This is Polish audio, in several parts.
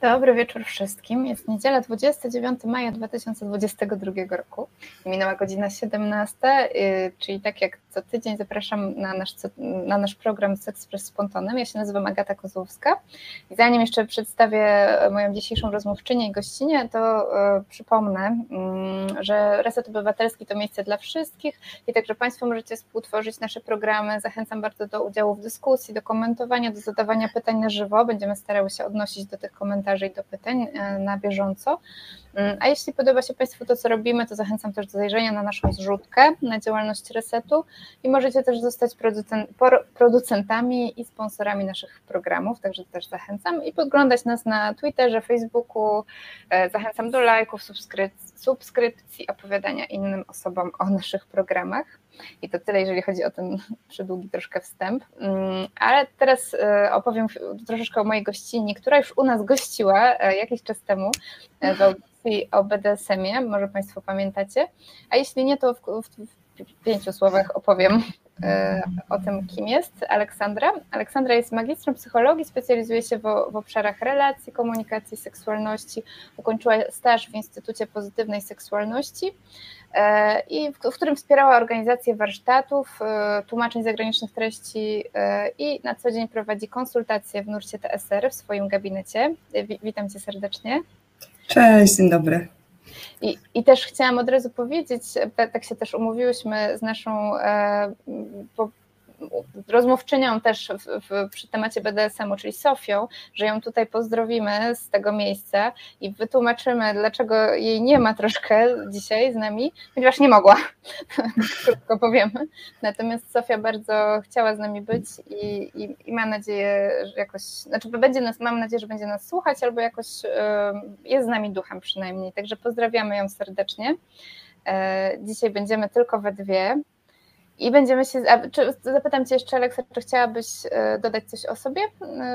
Dobry wieczór wszystkim. Jest niedziela 29 maja 2022 roku. Minęła godzina 17, czyli tak jak co tydzień zapraszam na nasz program Sexpress z Pontonem. Ja się nazywam Agata Kozłowska i zanim jeszcze przedstawię moją dzisiejszą rozmówczynię i gościnię, to przypomnę, że Reset Obywatelski to miejsce dla wszystkich i także Państwo możecie współtworzyć nasze programy. Zachęcam bardzo do udziału w dyskusji, do komentowania, do zadawania pytań na żywo. Będziemy starały się odnosić do tych komentarzy i do pytań na bieżąco. A jeśli podoba się Państwu to, co robimy, to zachęcam też do zajrzenia na naszą zrzutkę na działalność Resetu i możecie też zostać producentami i sponsorami naszych programów, także też zachęcam i podglądać nas na Twitterze, Facebooku. Zachęcam do lajków, subskrypcji, opowiadania innym osobom o naszych programach. I to tyle, jeżeli chodzi o ten przydługi troszkę wstęp. Ale teraz opowiem troszeczkę o mojej gościni, która już u nas gościła jakiś czas temu w audycji o BDSM-ie, może Państwo pamiętacie. A jeśli nie, to w 5 słowach opowiem o tym, kim jest Aleksandra. Aleksandra jest magistrem psychologii, specjalizuje się w obszarach relacji, komunikacji, seksualności. Ukończyła staż w Instytucie Pozytywnej Seksualności, i w którym wspierała organizację warsztatów, tłumaczeń zagranicznych treści i na co dzień prowadzi konsultacje w nurcie TSR w swoim gabinecie. Witam Cię serdecznie. Cześć, dzień dobry. I też chciałam od razu powiedzieć, tak się też umówiłyśmy z naszą rozmówczynią też przy temacie BDSM-u, czyli Sofią, że ją tutaj pozdrowimy z tego miejsca i wytłumaczymy, dlaczego jej nie ma troszkę dzisiaj z nami, ponieważ nie mogła, krótko powiemy. Natomiast Sofia bardzo chciała z nami być i mam nadzieję, że jakoś, mam nadzieję, że będzie nas słuchać albo jakoś jest z nami duchem przynajmniej, także pozdrawiamy ją serdecznie. Dzisiaj będziemy tylko we dwie. I będziemy się. Zapytam Cię jeszcze, Aleksa, czy chciałabyś dodać coś o sobie?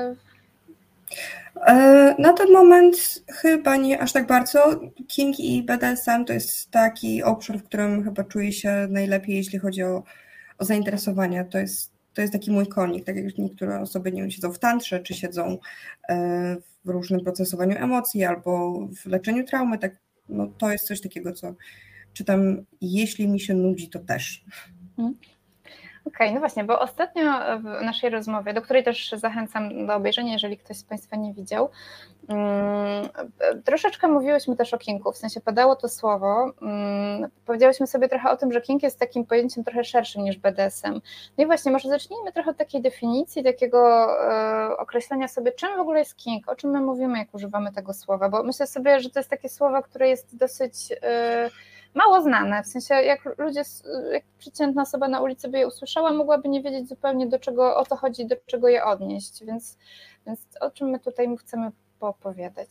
Na ten moment chyba nie aż tak bardzo. Kink i BDSM to jest taki obszar, w którym chyba czuję się najlepiej, jeśli chodzi o zainteresowania. To jest taki mój konik, tak jak niektóre osoby, nie wiem, siedzą w tantrze, czy siedzą w różnym procesowaniu emocji albo w leczeniu traumy, tak, no to jest coś takiego, co czytam, jeśli mi się nudzi, to też. Okej, no właśnie, bo ostatnio w naszej rozmowie, do której też zachęcam do obejrzenia, jeżeli ktoś z Państwa nie widział, troszeczkę mówiłyśmy też o kinku, w sensie padało to słowo, powiedziałyśmy sobie trochę o tym, że kink jest takim pojęciem trochę szerszym niż BDSM. No i właśnie, może zacznijmy trochę od takiej definicji, takiego określenia sobie, czym w ogóle jest kink, o czym my mówimy, jak używamy tego słowa, bo myślę sobie, że to jest takie słowo, które jest dosyć mało znane, w sensie jak przeciętna osoba na ulicy by je usłyszała, mogłaby nie wiedzieć zupełnie o co chodzi, do czego je odnieść, więc o czym my tutaj chcemy poopowiadać?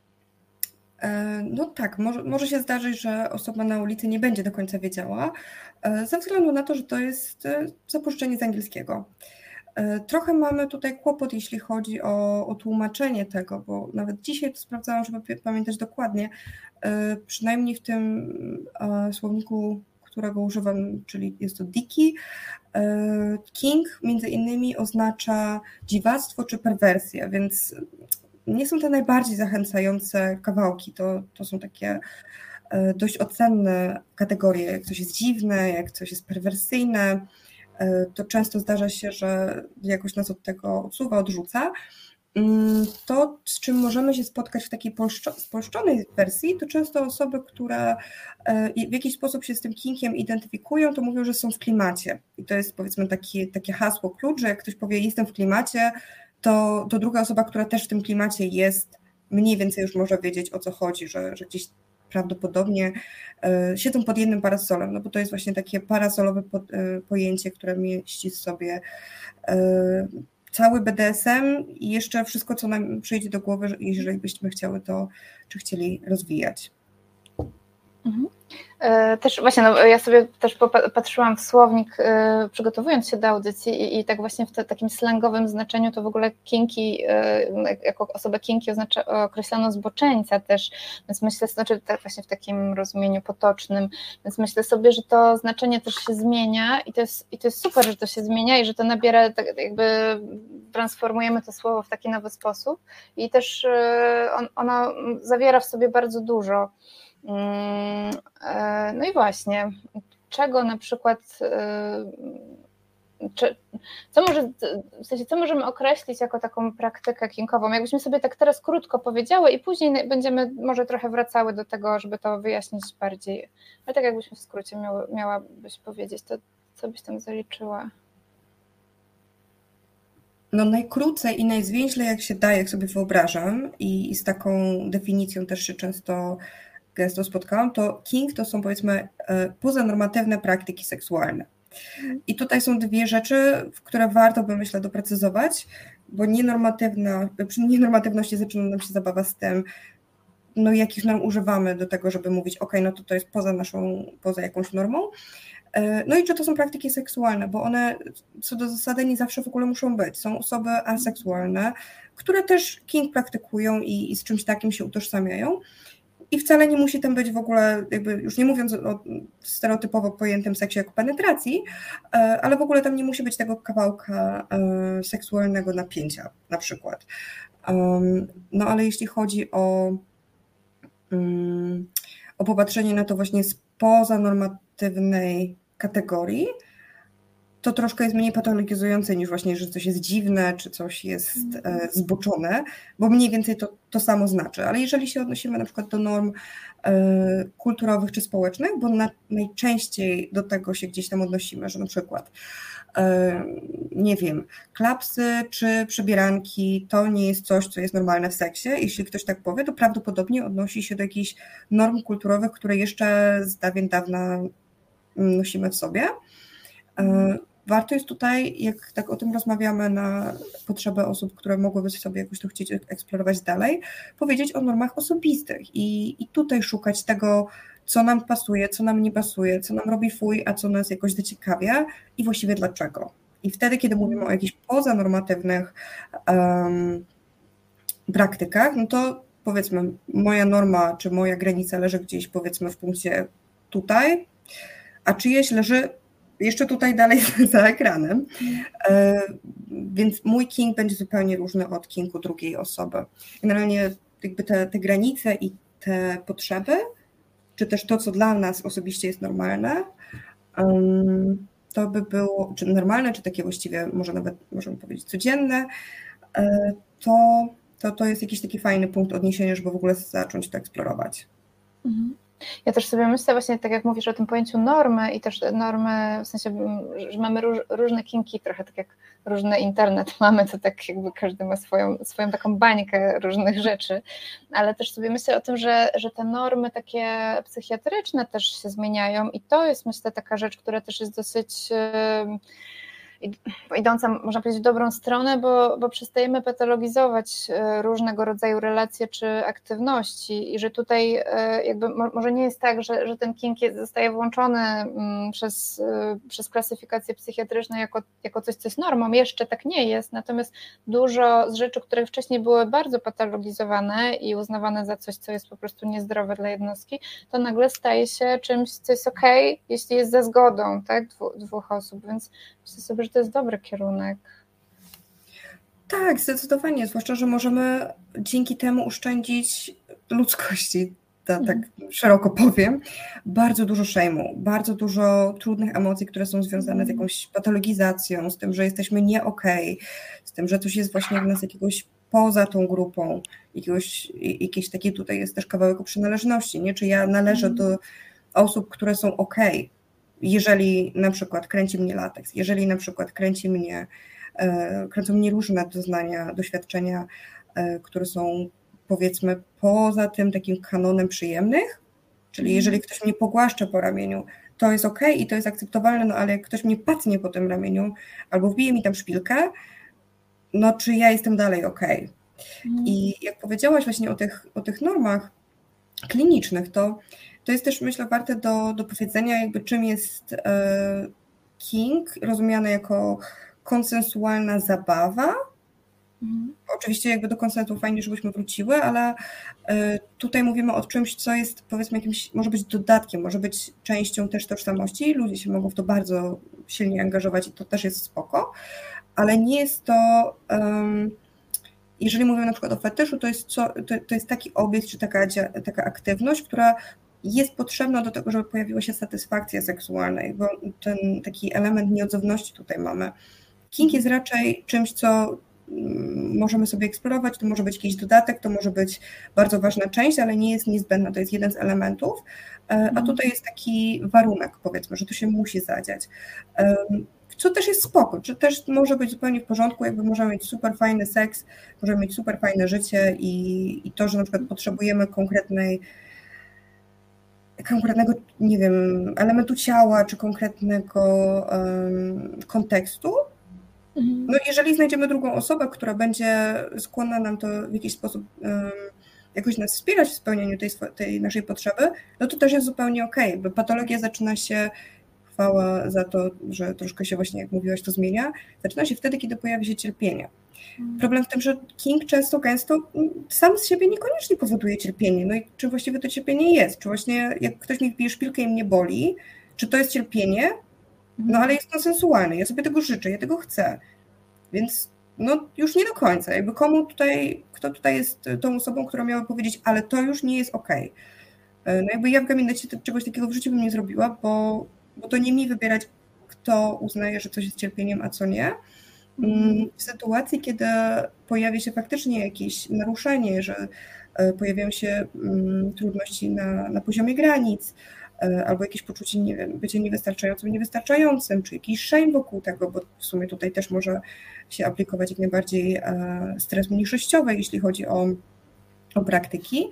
No tak, może się zdarzyć, że osoba na ulicy nie będzie do końca wiedziała, ze względu na to, że to jest zapożyczenie z angielskiego. Trochę mamy tutaj kłopot, jeśli chodzi o tłumaczenie tego, bo nawet dzisiaj to sprawdzałam, żeby pamiętać dokładnie, przynajmniej w tym słowniku, którego używam, czyli jest to Diki, kink między innymi oznacza dziwactwo czy perwersję, więc nie są to najbardziej zachęcające kawałki, to są takie dość ocenne kategorie, jak coś jest dziwne, jak coś jest perwersyjne, to często zdarza się, że jakoś nas od tego odsuwa, odrzuca. To, z czym możemy się spotkać w takiej spolszczonej wersji, to często osoby, które w jakiś sposób się z tym kinkiem identyfikują, to mówią, że są w klimacie. I to jest, powiedzmy, takie hasło klucz, że jak ktoś powie jestem w klimacie, to druga osoba, która też w tym klimacie jest, mniej więcej już może wiedzieć, o co chodzi, że gdzieś prawdopodobnie siedzą pod jednym parasolem, no bo to jest właśnie takie parasolowe pojęcie, które mieści w sobie cały BDSM i jeszcze wszystko, co nam przyjdzie do głowy, jeżeli byśmy chciały to, czy chcieli rozwijać. Mhm. Też właśnie, ja sobie też patrzyłam w słownik, przygotowując się do audycji i tak właśnie w takim slangowym znaczeniu to w ogóle kinki, jako osobę kinki określano zboczeńca też, więc myślę, znaczy właśnie w takim rozumieniu potocznym, więc myślę sobie, że to znaczenie też się zmienia i to jest super, że to się zmienia i że to nabiera, tak jakby transformujemy to słowo w taki nowy sposób i też ono zawiera w sobie bardzo dużo. No i właśnie, czego na przykład, co możemy określić jako taką praktykę kinkową? Jakbyśmy sobie tak teraz krótko powiedziały i później będziemy może trochę wracały do tego, żeby to wyjaśnić bardziej, ale tak jakbyśmy w skrócie miałabyś powiedzieć, to co byś tam zaliczyła? No najkrócej i najzwięźlej jak się da, jak sobie wyobrażam i z taką definicją też się często gęsto spotkałam, to kink to są powiedzmy pozanormatywne praktyki seksualne. I tutaj są dwie rzeczy, które warto by myślę doprecyzować, bo przy nienormatywności zaczyna nam się zabawa z tym, no jakich norm używamy do tego, żeby mówić, ok, no to jest poza jakąś normą. No i czy to są praktyki seksualne, bo one co do zasady nie zawsze w ogóle muszą być. Są osoby aseksualne, które też kink praktykują i z czymś takim się utożsamiają. I wcale nie musi tam być w ogóle, jakby już nie mówiąc o stereotypowo pojętym seksie jako penetracji, ale w ogóle tam nie musi być tego kawałka seksualnego napięcia na przykład. No ale jeśli chodzi o popatrzenie na to właśnie spoza normatywnej kategorii, to troszkę jest mniej patologizujące niż właśnie, że coś jest dziwne, czy coś jest zboczone, bo mniej więcej to samo znaczy. Ale jeżeli się odnosimy na przykład do norm kulturowych czy społecznych, bo najczęściej do tego się gdzieś tam odnosimy, że na przykład nie wiem, klapsy czy przebieranki to nie jest coś, co jest normalne w seksie. Jeśli ktoś tak powie, to prawdopodobnie odnosi się do jakichś norm kulturowych, które jeszcze z dawien dawna nosimy w sobie. Warto jest tutaj, jak tak o tym rozmawiamy na potrzeby osób, które mogłyby sobie jakoś to chcieć eksplorować dalej, powiedzieć o normach osobistych i tutaj szukać tego, co nam pasuje, co nam nie pasuje, co nam robi fuj, a co nas jakoś zaciekawia i właściwie dlaczego. I wtedy, kiedy mówimy o jakichś pozanormatywnych praktykach, no to powiedzmy moja norma czy moja granica leży gdzieś powiedzmy w punkcie tutaj, a czyjeś leży jeszcze tutaj dalej za ekranem, więc mój kink będzie zupełnie różny od kinku drugiej osoby. Generalnie jakby te granice i te potrzeby, czy też to, co dla nas osobiście jest normalne, to by było, czy normalne, czy takie właściwie, może nawet możemy powiedzieć codzienne, to jest jakiś taki fajny punkt odniesienia, żeby w ogóle zacząć to eksplorować. Mhm. Ja też sobie myślę właśnie, tak jak mówisz o tym pojęciu normy i też normy, w sensie, że mamy różne kinki, trochę tak jak różny internet mamy, to tak jakby każdy ma swoją taką bańkę różnych rzeczy, ale też sobie myślę o tym, że te normy takie psychiatryczne też się zmieniają i to jest myślę taka rzecz, która też jest dosyć idąca, można powiedzieć, w dobrą stronę, bo przestajemy patologizować różnego rodzaju relacje czy aktywności i że tutaj jakby może nie jest tak, że ten kink zostaje włączony przez klasyfikację psychiatryczną jako coś, co jest normą. Jeszcze tak nie jest, natomiast dużo z rzeczy, które wcześniej były bardzo patologizowane i uznawane za coś, co jest po prostu niezdrowe dla jednostki, to nagle staje się czymś, co jest okej, jeśli jest za zgodą, tak, dwóch osób, więc myślę sobie, że to jest dobry kierunek. Tak, zdecydowanie, zwłaszcza, że możemy dzięki temu oszczędzić ludzkości, tak szeroko powiem, bardzo dużo szejmu, bardzo dużo trudnych emocji, które są związane z jakąś patologizacją, z tym, że jesteśmy nie okej, z tym, że coś jest właśnie w nas jakiegoś poza tą grupą, jakiejś takiej tutaj jest też kawałek o przynależności, nie? Czy ja należę do osób, które są okej, jeżeli na przykład kręci mnie lateks, jeżeli na przykład kręcą mnie różne doznania, doświadczenia, które są powiedzmy poza tym takim kanonem przyjemnych, czyli jeżeli ktoś mnie pogłaszcza po ramieniu, to jest okej i to jest akceptowalne, no ale jak ktoś mnie pacnie po tym ramieniu albo wbije mi tam szpilkę, no czy ja jestem dalej okej. I jak powiedziałaś właśnie o tych normach, klinicznych, to jest też, myślę, warte do powiedzenia, jakby czym jest kink, rozumiane jako konsensualna zabawa. Oczywiście jakby do konsensu fajnie, żebyśmy wróciły, ale tutaj mówimy o czymś, co jest, powiedzmy, jakimś, może być dodatkiem, może być częścią też tożsamości. Ludzie się mogą w to bardzo silnie angażować i to też jest spoko, ale nie jest to, jeżeli mówimy na przykład o fetyszu, to jest taki obiekt czy taka aktywność, która jest potrzebna do tego, żeby pojawiła się satysfakcja seksualna, bo ten taki element nieodzowności tutaj mamy. Kink jest raczej czymś, co możemy sobie eksplorować, to może być jakiś dodatek, to może być bardzo ważna część, ale nie jest niezbędna, to jest jeden z elementów, a tutaj jest taki warunek, powiedzmy, że to się musi zadziać. Co też jest spoko, czy też może być zupełnie w porządku, jakby możemy mieć super fajny seks, możemy mieć super fajne życie i to, że na przykład potrzebujemy konkretnego, nie wiem, elementu ciała, czy konkretnego kontekstu. No jeżeli znajdziemy drugą osobę, która będzie skłonna nam to w jakiś sposób jakoś nas wspierać w spełnieniu tej naszej potrzeby, no to też jest zupełnie okej, bo patologia zaczyna się, chwała za to, że troszkę się właśnie, jak mówiłaś, to zmienia, zaczyna się wtedy, kiedy pojawi się cierpienie. Problem w tym, że kink gęsto sam z siebie niekoniecznie powoduje cierpienie. No i czy właściwie to cierpienie jest? Czy właśnie jak ktoś mi wbije szpilkę i mnie boli, czy to jest cierpienie? No ale jest konsensualne, ja sobie tego życzę, ja tego chcę. Więc no już nie do końca. Jakby kto tutaj jest tą osobą, która miała powiedzieć, ale to już nie jest okej. No jakby ja w gabinecie czegoś takiego w życiu bym nie zrobiła, bo to nie mi wybierać, kto uznaje, że coś jest cierpieniem, a co nie. W sytuacji, kiedy pojawia się faktycznie jakieś naruszenie, że pojawiają się trudności na poziomie granic, albo jakieś poczucie, nie wiem, bycia niewystarczającym, czy jakiś shame wokół tego, bo w sumie tutaj też może się aplikować jak najbardziej stres mniejszościowy, jeśli chodzi o praktyki,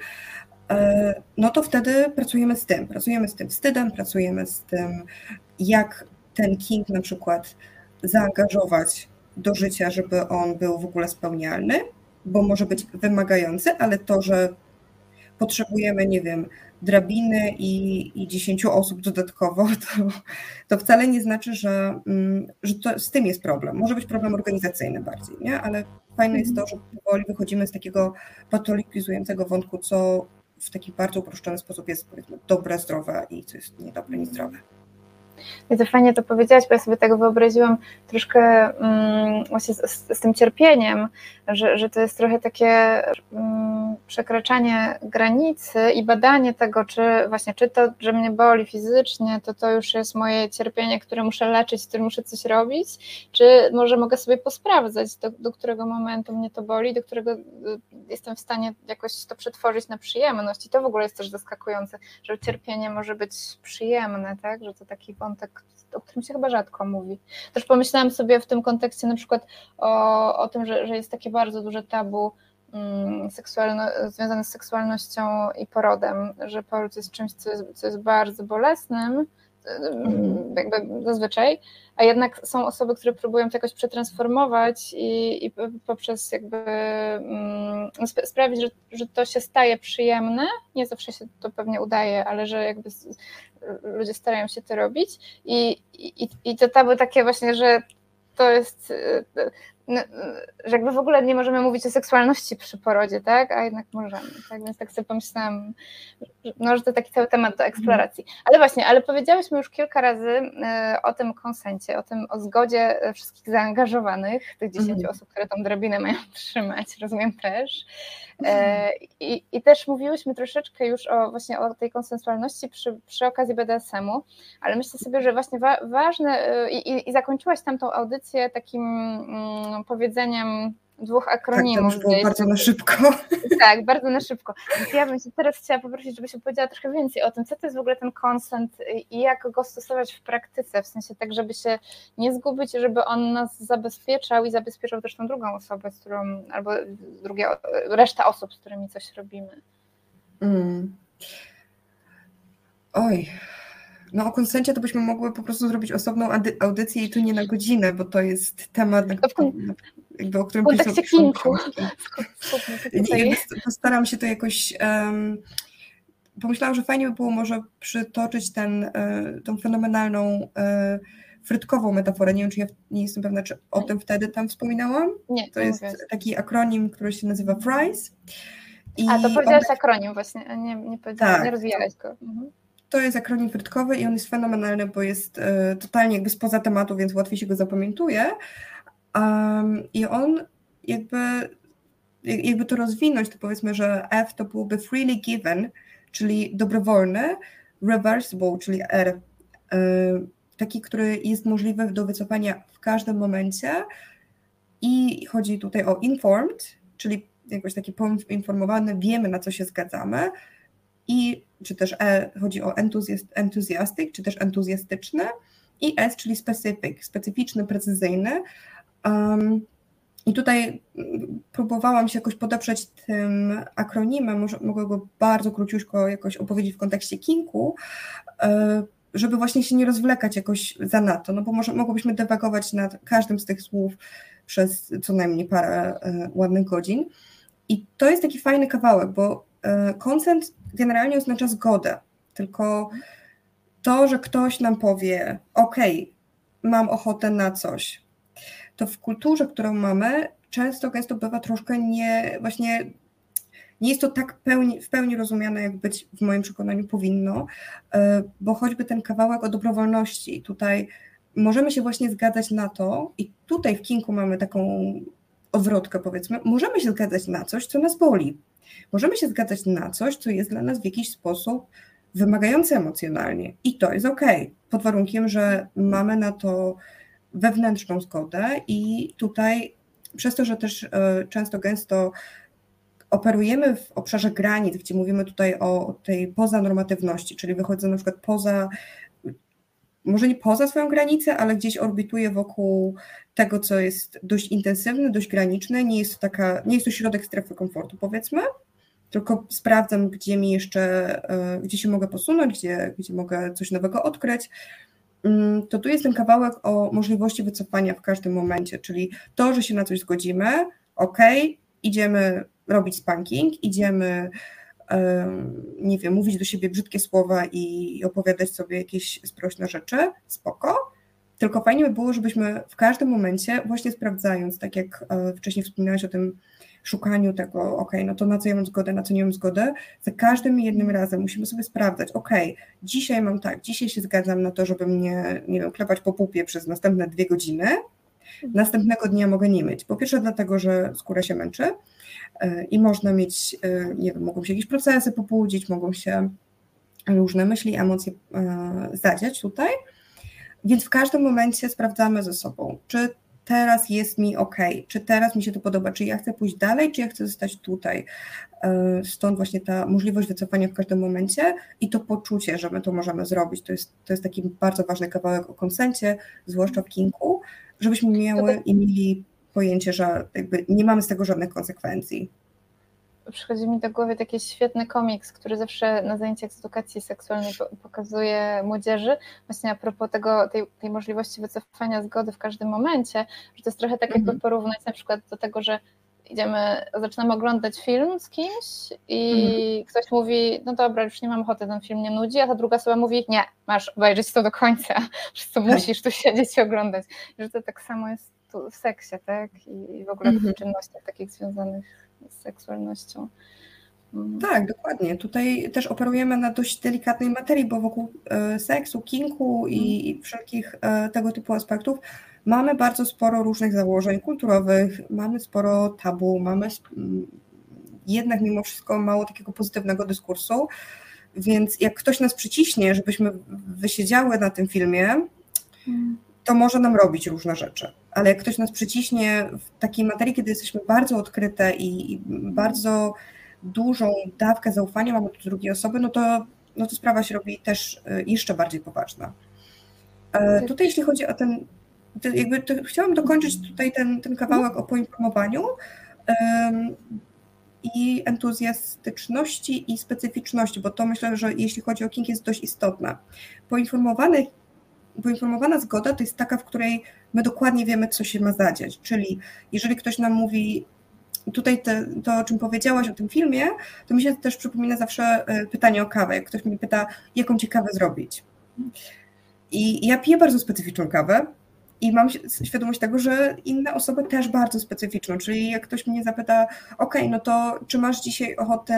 no to wtedy pracujemy z tym wstydem, pracujemy z tym, jak ten kink na przykład zaangażować do życia, żeby on był w ogóle spełnialny, bo może być wymagający, ale to, że potrzebujemy, nie wiem, drabiny i 10 osób dodatkowo, to wcale nie znaczy, że to z tym jest problem. Może być problem organizacyjny bardziej, nie? Ale fajne jest to, że powoli wychodzimy z takiego patologizującego wątku, co w taki bardzo uproszczony sposób jest, powiedzmy, dobre, zdrowe i co jest niedobre, niezdrowe. Bardzo fajnie to powiedziałaś, bo ja sobie tak wyobraziłam troszkę właśnie z tym cierpieniem, że to jest trochę takie przekraczanie granicy i badanie tego, czy to, że mnie boli fizycznie, to już jest moje cierpienie, które muszę leczyć, z którym muszę coś robić, czy może mogę sobie posprawdzać, do którego momentu mnie to boli, do którego jestem w stanie jakoś to przetworzyć na przyjemność. I to w ogóle jest też zaskakujące, że cierpienie może być przyjemne, tak? Że to taki wątek, o którym się chyba rzadko mówi. Też pomyślałam sobie w tym kontekście na przykład o tym, że jest takie bardzo duże tabu związane z seksualnością i porodem, że poród jest czymś, co jest bardzo bolesnym, jakby zazwyczaj, a jednak są osoby, które próbują to jakoś przetransformować i poprzez jakby sprawić, że to się staje przyjemne. Nie zawsze się to pewnie udaje, ale że jakby ludzie starają się to robić i to tabu takie właśnie, że to jest, że jakby w ogóle nie możemy mówić o seksualności przy porodzie, tak? A jednak możemy, tak? Więc tak sobie pomyślałam, że to taki cały temat do eksploracji. Ale właśnie, powiedziałyśmy już kilka razy o tym konsencie, o zgodzie wszystkich zaangażowanych, tych 10 osób, które tą drabinę mają trzymać, rozumiem też. I też mówiłyśmy troszeczkę już właśnie o tej konsensualności przy okazji BDSM-u, ale myślę sobie, że właśnie ważne i zakończyłaś tam tą audycję takim powiedzeniem 2 akronimów. Tak, to już było bardzo na szybko. Tak, bardzo na szybko. Więc ja bym się teraz chciała poprosić, żebyś opowiedziała trochę więcej o tym, co to jest w ogóle ten konsent i jak go stosować w praktyce, w sensie tak, żeby się nie zgubić, żeby on nas zabezpieczał i zabezpieczał też tą drugą osobę, z którą, albo reszta osób, z którymi coś robimy. Oj, no o konsencie to byśmy mogły po prostu zrobić osobną audycję i tu nie na godzinę, bo to jest temat, jakby, o którym piszą książki. Postaram się to jakoś pomyślałam, że fajnie by było może przytoczyć tą fenomenalną frytkową metaforę. Nie wiem, czy ja nie jestem pewna, czy o tym wtedy tam wspominałam. Nie, To nie jest mówiłaś. taki akronim, który się nazywa FRIES. To powiedziałaś akronim właśnie, a nie powiedziałaś, tak, nie rozwijałaś go. Mhm. To jest akronim frytkowy i on jest fenomenalny, bo jest totalnie jakby spoza tematu, więc łatwiej się go zapamiętuje. I on jakby to rozwinąć, to powiedzmy, że F to byłoby freely given, czyli dobrowolny, reversible, czyli R, taki, który jest możliwy do wycofania w każdym momencie i chodzi tutaj o informed, czyli jakoś taki poinformowany, wiemy, na co się zgadzamy, i czy też E chodzi o enthusiastic, czy też entuzjastyczny, i S, czyli specific, specyficzny, precyzyjny. I tutaj próbowałam się jakoś podeprzeć tym akronimem, mogę go bardzo króciutko jakoś opowiedzieć w kontekście kinku, żeby właśnie się nie rozwlekać jakoś zanadto, no bo mogłybyśmy dywagować nad każdym z tych słów przez co najmniej parę ładnych godzin. I to jest taki fajny kawałek, bo consent generalnie oznacza zgodę, tylko to, że ktoś nam powie, okej, mam ochotę na coś, to w kulturze, którą mamy, gęsto bywa troszkę nie jest to tak w pełni rozumiane, jak być w moim przekonaniu powinno, bo choćby ten kawałek o dobrowolności, tutaj możemy się właśnie zgadzać na to i tutaj w kinku mamy taką odwrotkę, powiedzmy, możemy się zgadzać na coś, co nas boli. Możemy się zgadzać na coś, co jest dla nas w jakiś sposób wymagające emocjonalnie i to jest okej, pod warunkiem, że mamy na to wewnętrzną zgodę i tutaj przez to, że też gęsto operujemy w obszarze granic, gdzie mówimy tutaj o tej pozanormatywności, czyli wychodzę na przykład może nie poza swoją granicę, ale gdzieś orbituję wokół tego, co jest dość intensywne, dość graniczne, nie jest to środek strefy komfortu, powiedzmy, tylko sprawdzam, gdzie się mogę posunąć, gdzie mogę coś nowego odkryć, to tu jest ten kawałek o możliwości wycofania w każdym momencie, czyli to, że się na coś zgodzimy, idziemy robić spanking, idziemy nie wiem, mówić do siebie brzydkie słowa i opowiadać sobie jakieś sprośne rzeczy, spoko, tylko fajnie by było, żebyśmy w każdym momencie właśnie sprawdzając, tak jak wcześniej wspominałaś o tym szukaniu tego, no to na co ja mam zgodę, na co nie mam zgodę, za każdym jednym razem musimy sobie sprawdzać, dzisiaj mam tak, dzisiaj się zgadzam na to, żeby mnie, nie wiem, klepać po pupie przez następne 2 godziny, następnego dnia mogę nie mieć, po pierwsze dlatego, że skóra się męczy i można mieć, nie wiem, mogą się jakieś procesy pobudzić, mogą się różne myśli, emocje zadziać tutaj, więc w każdym momencie sprawdzamy ze sobą, czy teraz jest mi czy teraz mi się to podoba, czy ja chcę pójść dalej, czy ja chcę zostać tutaj. Stąd właśnie ta możliwość wycofania w każdym momencie i to poczucie, że my to możemy zrobić. To jest taki bardzo ważny kawałek o konsencie, zwłaszcza w kinku, żebyśmy mieli pojęcie, że jakby nie mamy z tego żadnych konsekwencji. Przychodzi mi do głowy taki świetny komiks, który zawsze na zajęciach z edukacji seksualnej pokazuje młodzieży, właśnie a propos tej możliwości wycofania zgody w każdym momencie, że to jest trochę tak jakby porównać na przykład do tego, że zaczynamy oglądać film z kimś i ktoś mówi, no dobra, już nie mam ochoty, ten film mnie nudzi, a ta druga osoba mówi, nie, masz obejrzeć to do końca, że to musisz tu siedzieć i oglądać. Że to tak samo jest tu w seksie, tak? I w ogóle w czynnościach takich związanych z seksualnością. Tak, dokładnie. Tutaj też operujemy na dość delikatnej materii, bo wokół seksu, kinku i wszelkich tego typu aspektów mamy bardzo sporo różnych założeń kulturowych, mamy sporo tabu, mamy jednak mimo wszystko mało takiego pozytywnego dyskursu, więc jak ktoś nas przyciśnie, żebyśmy wysiedziały na tym filmie, to może nam robić różne rzeczy. Ale jak ktoś nas przyciśnie w takiej materii, kiedy jesteśmy bardzo odkryte i bardzo dużą dawkę zaufania mamy do drugiej osoby, no to sprawa się robi też jeszcze bardziej poważna. Tutaj jeśli chodzi o chciałam dokończyć tutaj ten kawałek o poinformowaniu i entuzjastyczności i specyficzności, bo to myślę, że jeśli chodzi o kink jest dość istotne. Poinformowana zgoda to jest taka, w której my dokładnie wiemy, co się ma zadziać, czyli jeżeli ktoś nam mówi, tutaj to, o czym powiedziałaś o tym filmie, to mi się też przypomina zawsze pytanie o kawę. Jak ktoś mnie pyta, jaką ci kawę zrobić. I ja piję bardzo specyficzną kawę i mam świadomość tego, że inne osoby też bardzo specyficzną. Czyli jak ktoś mnie zapyta, okej, no to czy masz dzisiaj ochotę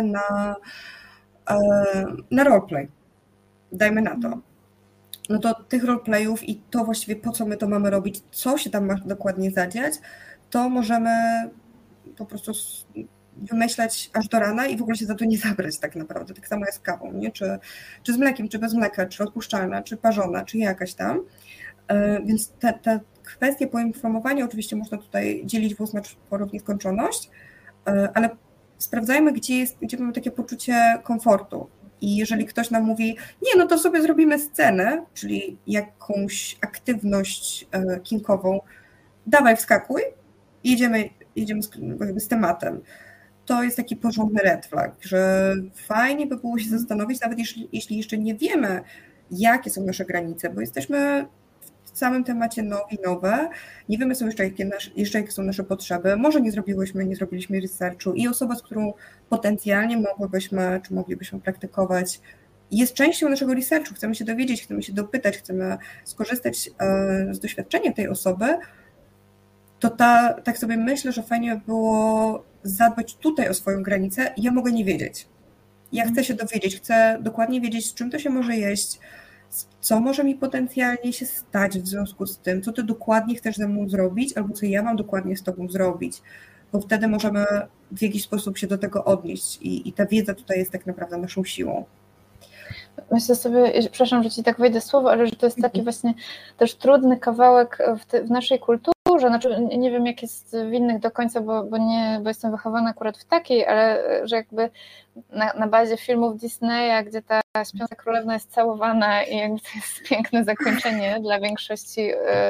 na roleplay? Dajmy na to. No to tych roleplayów i to właściwie po co my to mamy robić, co się tam ma dokładnie zadziać, to możemy po prostu wymyślać aż do rana i w ogóle się za to nie zabrać tak naprawdę. Tak samo jest z kawą, nie? Czy z mlekiem, czy bez mleka, czy rozpuszczalna, czy parzona, czy jakaś tam. Więc te kwestie poinformowania oczywiście można tutaj dzielić w ósmą nieskończoność, ale sprawdzajmy, gdzie mamy takie poczucie komfortu. I jeżeli ktoś nam mówi, nie, no to sobie zrobimy scenę, czyli jakąś aktywność kinkową, dawaj, wskakuj i jedziemy z tematem. To jest taki porządny red flag, że fajnie by było się zastanowić, nawet jeśli jeszcze nie wiemy, jakie są nasze granice, bo jesteśmy w samym temacie nowe, nie wiemy jakie są nasze potrzeby, może nie zrobiliśmy researchu i osoba, z którą potencjalnie moglibyśmy praktykować, jest częścią naszego researchu, chcemy się dowiedzieć, chcemy się dopytać, chcemy skorzystać z doświadczenia tej osoby, to tak sobie myślę, że fajnie by było zadbać tutaj o swoją granicę. Ja mogę nie wiedzieć. Ja chcę się dowiedzieć, chcę dokładnie wiedzieć, z czym to się może jeść, co może mi potencjalnie się stać w związku z tym, co ty dokładnie chcesz ze mną zrobić, albo co ja mam dokładnie z tobą zrobić, bo wtedy możemy w jakiś sposób się do tego odnieść i ta wiedza tutaj jest tak naprawdę naszą siłą. Myślę sobie, przepraszam, że ci tak wejdę słowo, ale że to jest taki właśnie też trudny kawałek w naszej kulturze, znaczy nie wiem jak jest w innych do końca, bo jestem wychowana akurat w takiej, ale że jakby na bazie filmów Disneya, gdzie ta śpiąca królewna jest całowana i jakby to jest piękne zakończenie dla większości,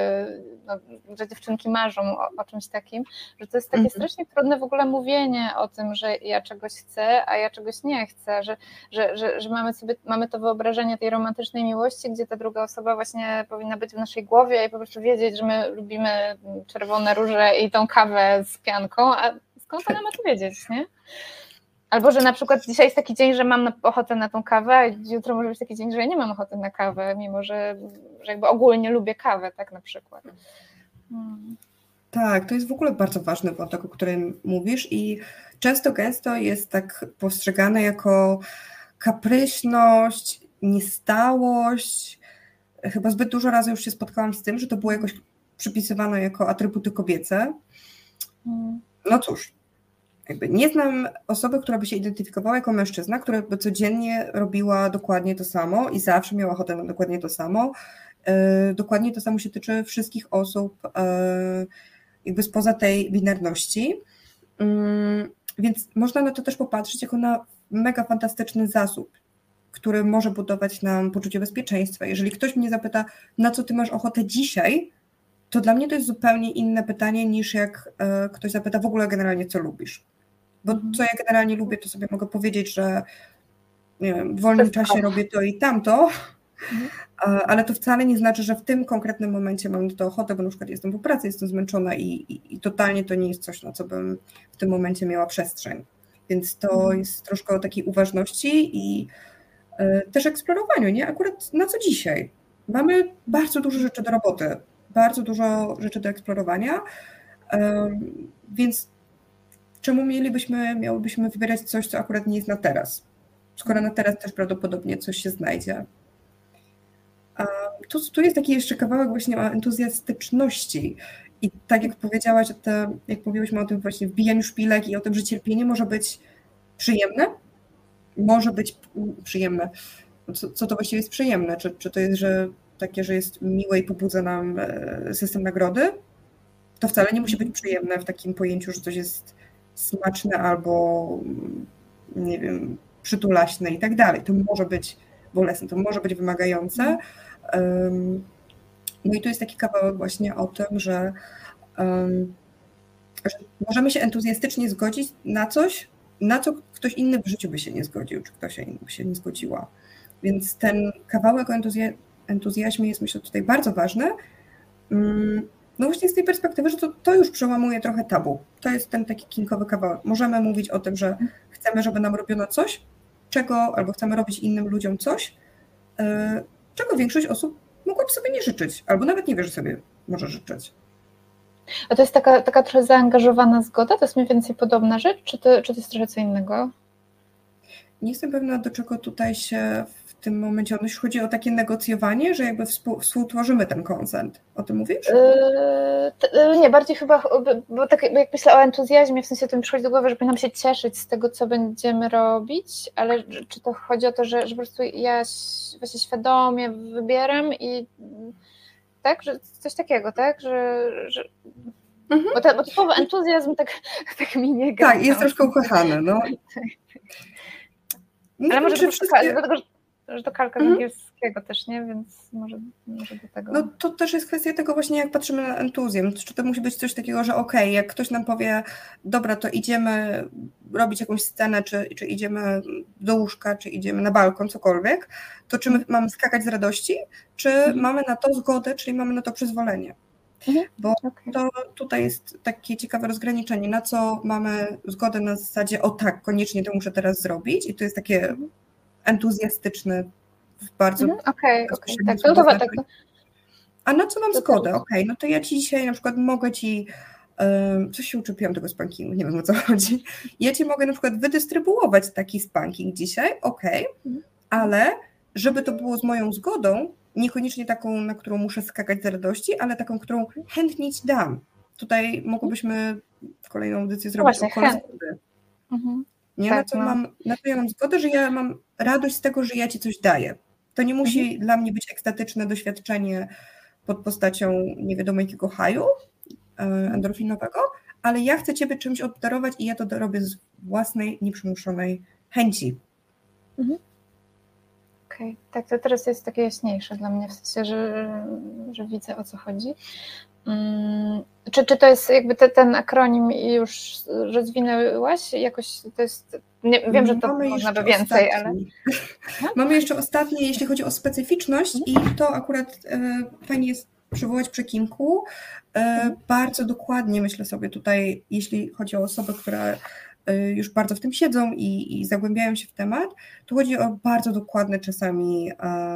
że dziewczynki marzą o czymś takim, że to jest takie strasznie trudne w ogóle mówienie o tym, że ja czegoś chcę, a ja czegoś nie chcę, że mamy to wyobrażenie tej romantycznej miłości, gdzie ta druga osoba właśnie powinna być w naszej głowie i po prostu wiedzieć, że my lubimy czerwone róże i tą kawę z pianką, a skąd ona ma to wiedzieć, nie? Albo, że na przykład dzisiaj jest taki dzień, że mam ochotę na tą kawę, a jutro może być taki dzień, że ja nie mam ochoty na kawę, mimo że jakby ogólnie lubię kawę, tak na przykład. Tak, to jest w ogóle bardzo ważny wątek, o którym mówisz i gęsto jest tak postrzegane jako kapryśność, niestałość. Chyba zbyt dużo razy już się spotkałam z tym, że to było jakoś przypisywane jako atrybuty kobiece. No cóż, jakby nie znam osoby, która by się identyfikowała jako mężczyzna, która by codziennie robiła dokładnie to samo i zawsze miała ochotę na dokładnie to samo. Dokładnie to samo się tyczy wszystkich osób jakby spoza tej binarności. Więc można na to też popatrzeć jako na mega fantastyczny zasób, który może budować nam poczucie bezpieczeństwa. Jeżeli ktoś mnie zapyta, na co ty masz ochotę dzisiaj, to dla mnie to jest zupełnie inne pytanie niż jak ktoś zapyta w ogóle generalnie, co lubisz. Bo co ja generalnie lubię, to sobie mogę powiedzieć, że nie wiem, w wolnym czasie robię to i tamto, ale to wcale nie znaczy, że w tym konkretnym momencie mam na to ochotę, bo na przykład jestem po pracy, jestem zmęczona i totalnie to nie jest coś, na co bym w tym momencie miała przestrzeń. Więc to jest troszkę o takiej uważności i też eksplorowaniu, nie? Akurat na co dzisiaj? Mamy bardzo dużo rzeczy do roboty, bardzo dużo rzeczy do eksplorowania, więc czemu miałybyśmy wybierać coś, co akurat nie jest na teraz? Skoro na teraz też prawdopodobnie coś się znajdzie. Tu jest taki jeszcze kawałek właśnie o entuzjastyczności i tak jak powiedziałaś, jak mówiłyśmy o tym właśnie wbijaniu szpilek i o tym, że cierpienie może być przyjemne, Co to właściwie jest przyjemne? Czy to jest, że takie, że jest miłe i pobudza nam system nagrody? To wcale nie musi być przyjemne w takim pojęciu, że coś jest smaczne albo nie wiem, przytulaśne i tak dalej. To może być bolesne, to może być wymagające. No i tu jest taki kawałek właśnie o tym, że możemy się entuzjastycznie zgodzić na coś, na co ktoś inny w życiu by się nie zgodził, czy ktoś inny by się nie zgodziła. Więc ten kawałek o entuzjazmie jest, myślę, tutaj bardzo ważny. No właśnie z tej perspektywy, że to już przełamuje trochę tabu. To jest ten taki kinkowy kawałek. Możemy mówić o tym, że chcemy, żeby nam robiono coś, albo chcemy robić innym ludziom coś, czego większość osób mogłaby sobie nie życzyć, albo nawet nie wie, że sobie może życzyć. A to jest taka trochę zaangażowana zgoda? To jest mniej więcej podobna rzecz, czy to jest trochę co innego? Nie jestem pewna, do czego tutaj się w tym momencie odnosi. Chodzi o takie negocjowanie, że jakby współtworzymy ten konsent. O tym mówisz? Nie, bardziej chyba, bo tak jak myślę o entuzjazmie, w sensie to mi przychodzi do głowy, że powinnam się cieszyć z tego, co będziemy robić, ale czy to chodzi o to, że po prostu ja właśnie świadomie wybieram i tak, że coś takiego, tak, że bo to słowo entuzjazm tak mi nie gra. Tak, jest troszkę ukochane, no. Ale może dlatego, że to kalka z angielskiego też, nie? Więc może do tego. No to też jest kwestia tego właśnie, jak patrzymy na entuzjazm. Czy to musi być coś takiego, że okej, jak ktoś nam powie, dobra, to idziemy robić jakąś scenę, czy idziemy do łóżka, czy idziemy na balkon, cokolwiek, to czy my mamy skakać z radości, czy mamy na to zgodę, czyli mamy na to przyzwolenie. Bo to tutaj jest takie ciekawe rozgraniczenie, na co mamy zgodę na zasadzie, o tak, koniecznie to muszę teraz zrobić, i to jest takie entuzjastyczne w bardzo tak, to tak. A na co mam zgodę? No to ja ci dzisiaj na przykład mogę ci, coś się uczepiłam tego spankingu, nie wiem, o co chodzi, ja ci mogę na przykład wydystrybuować taki spanking dzisiaj, ale żeby to było z moją zgodą, niekoniecznie taką, na którą muszę skakać z radości, ale taką, którą chętnie ci dam. Tutaj mogłybyśmy w kolejną audycję zrobić o kole zgody. Nie, tak, na co ja mam zgodę, że ja mam radość z tego, że ja ci coś daję. To nie musi dla mnie być ekstatyczne doświadczenie pod postacią nie wiadomo jakiego haju endorfinowego, ale ja chcę ciebie czymś obdarować i ja to robię z własnej, nieprzymuszonej chęci. Tak, to teraz jest takie jaśniejsze dla mnie, w sensie, że widzę, o co chodzi. Czy to jest jakby ten akronim już rozwinęłaś? Jakoś to jest, wiem, że to można by więcej, ale... Mamy jeszcze ostatnie, jeśli chodzi o specyficzność, i to akurat fajnie jest przywołać przy kinku. Bardzo dokładnie myślę sobie tutaj, jeśli chodzi o osoby, które już bardzo w tym siedzą i zagłębiają się w temat, to chodzi o bardzo dokładne czasami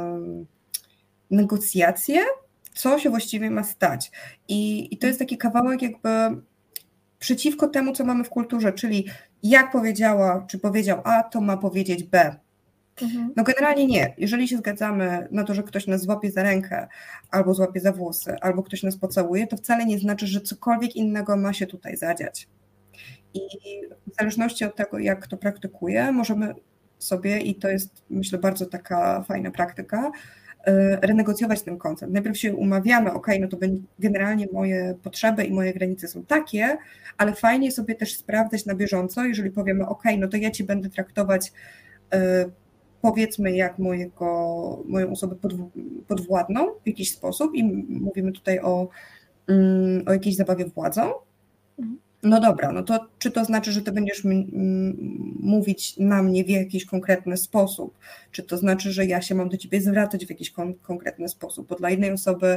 negocjacje, co się właściwie ma stać. I to jest taki kawałek jakby przeciwko temu, co mamy w kulturze, czyli jak powiedziała, czy powiedział A, to ma powiedzieć B. No generalnie nie. Jeżeli się zgadzamy na to, że ktoś nas złapie za rękę, albo złapie za włosy, albo ktoś nas pocałuje, to wcale nie znaczy, że cokolwiek innego ma się tutaj zadziać. I w zależności od tego, jak to praktykuje, możemy sobie, i to jest, myślę, bardzo taka fajna praktyka, renegocjować ten koncept. Najpierw się umawiamy, no to generalnie moje potrzeby i moje granice są takie, ale fajnie sobie też sprawdzać na bieżąco, jeżeli powiemy, no to ja ci będę traktować, powiedzmy, jak moją osobę podwładną w jakiś sposób, i mówimy tutaj o jakiejś zabawie władzą. No dobra, no to czy to znaczy, że ty będziesz mówić na mnie w jakiś konkretny sposób? Czy to znaczy, że ja się mam do ciebie zwracać w jakiś konkretny sposób? Bo dla jednej osoby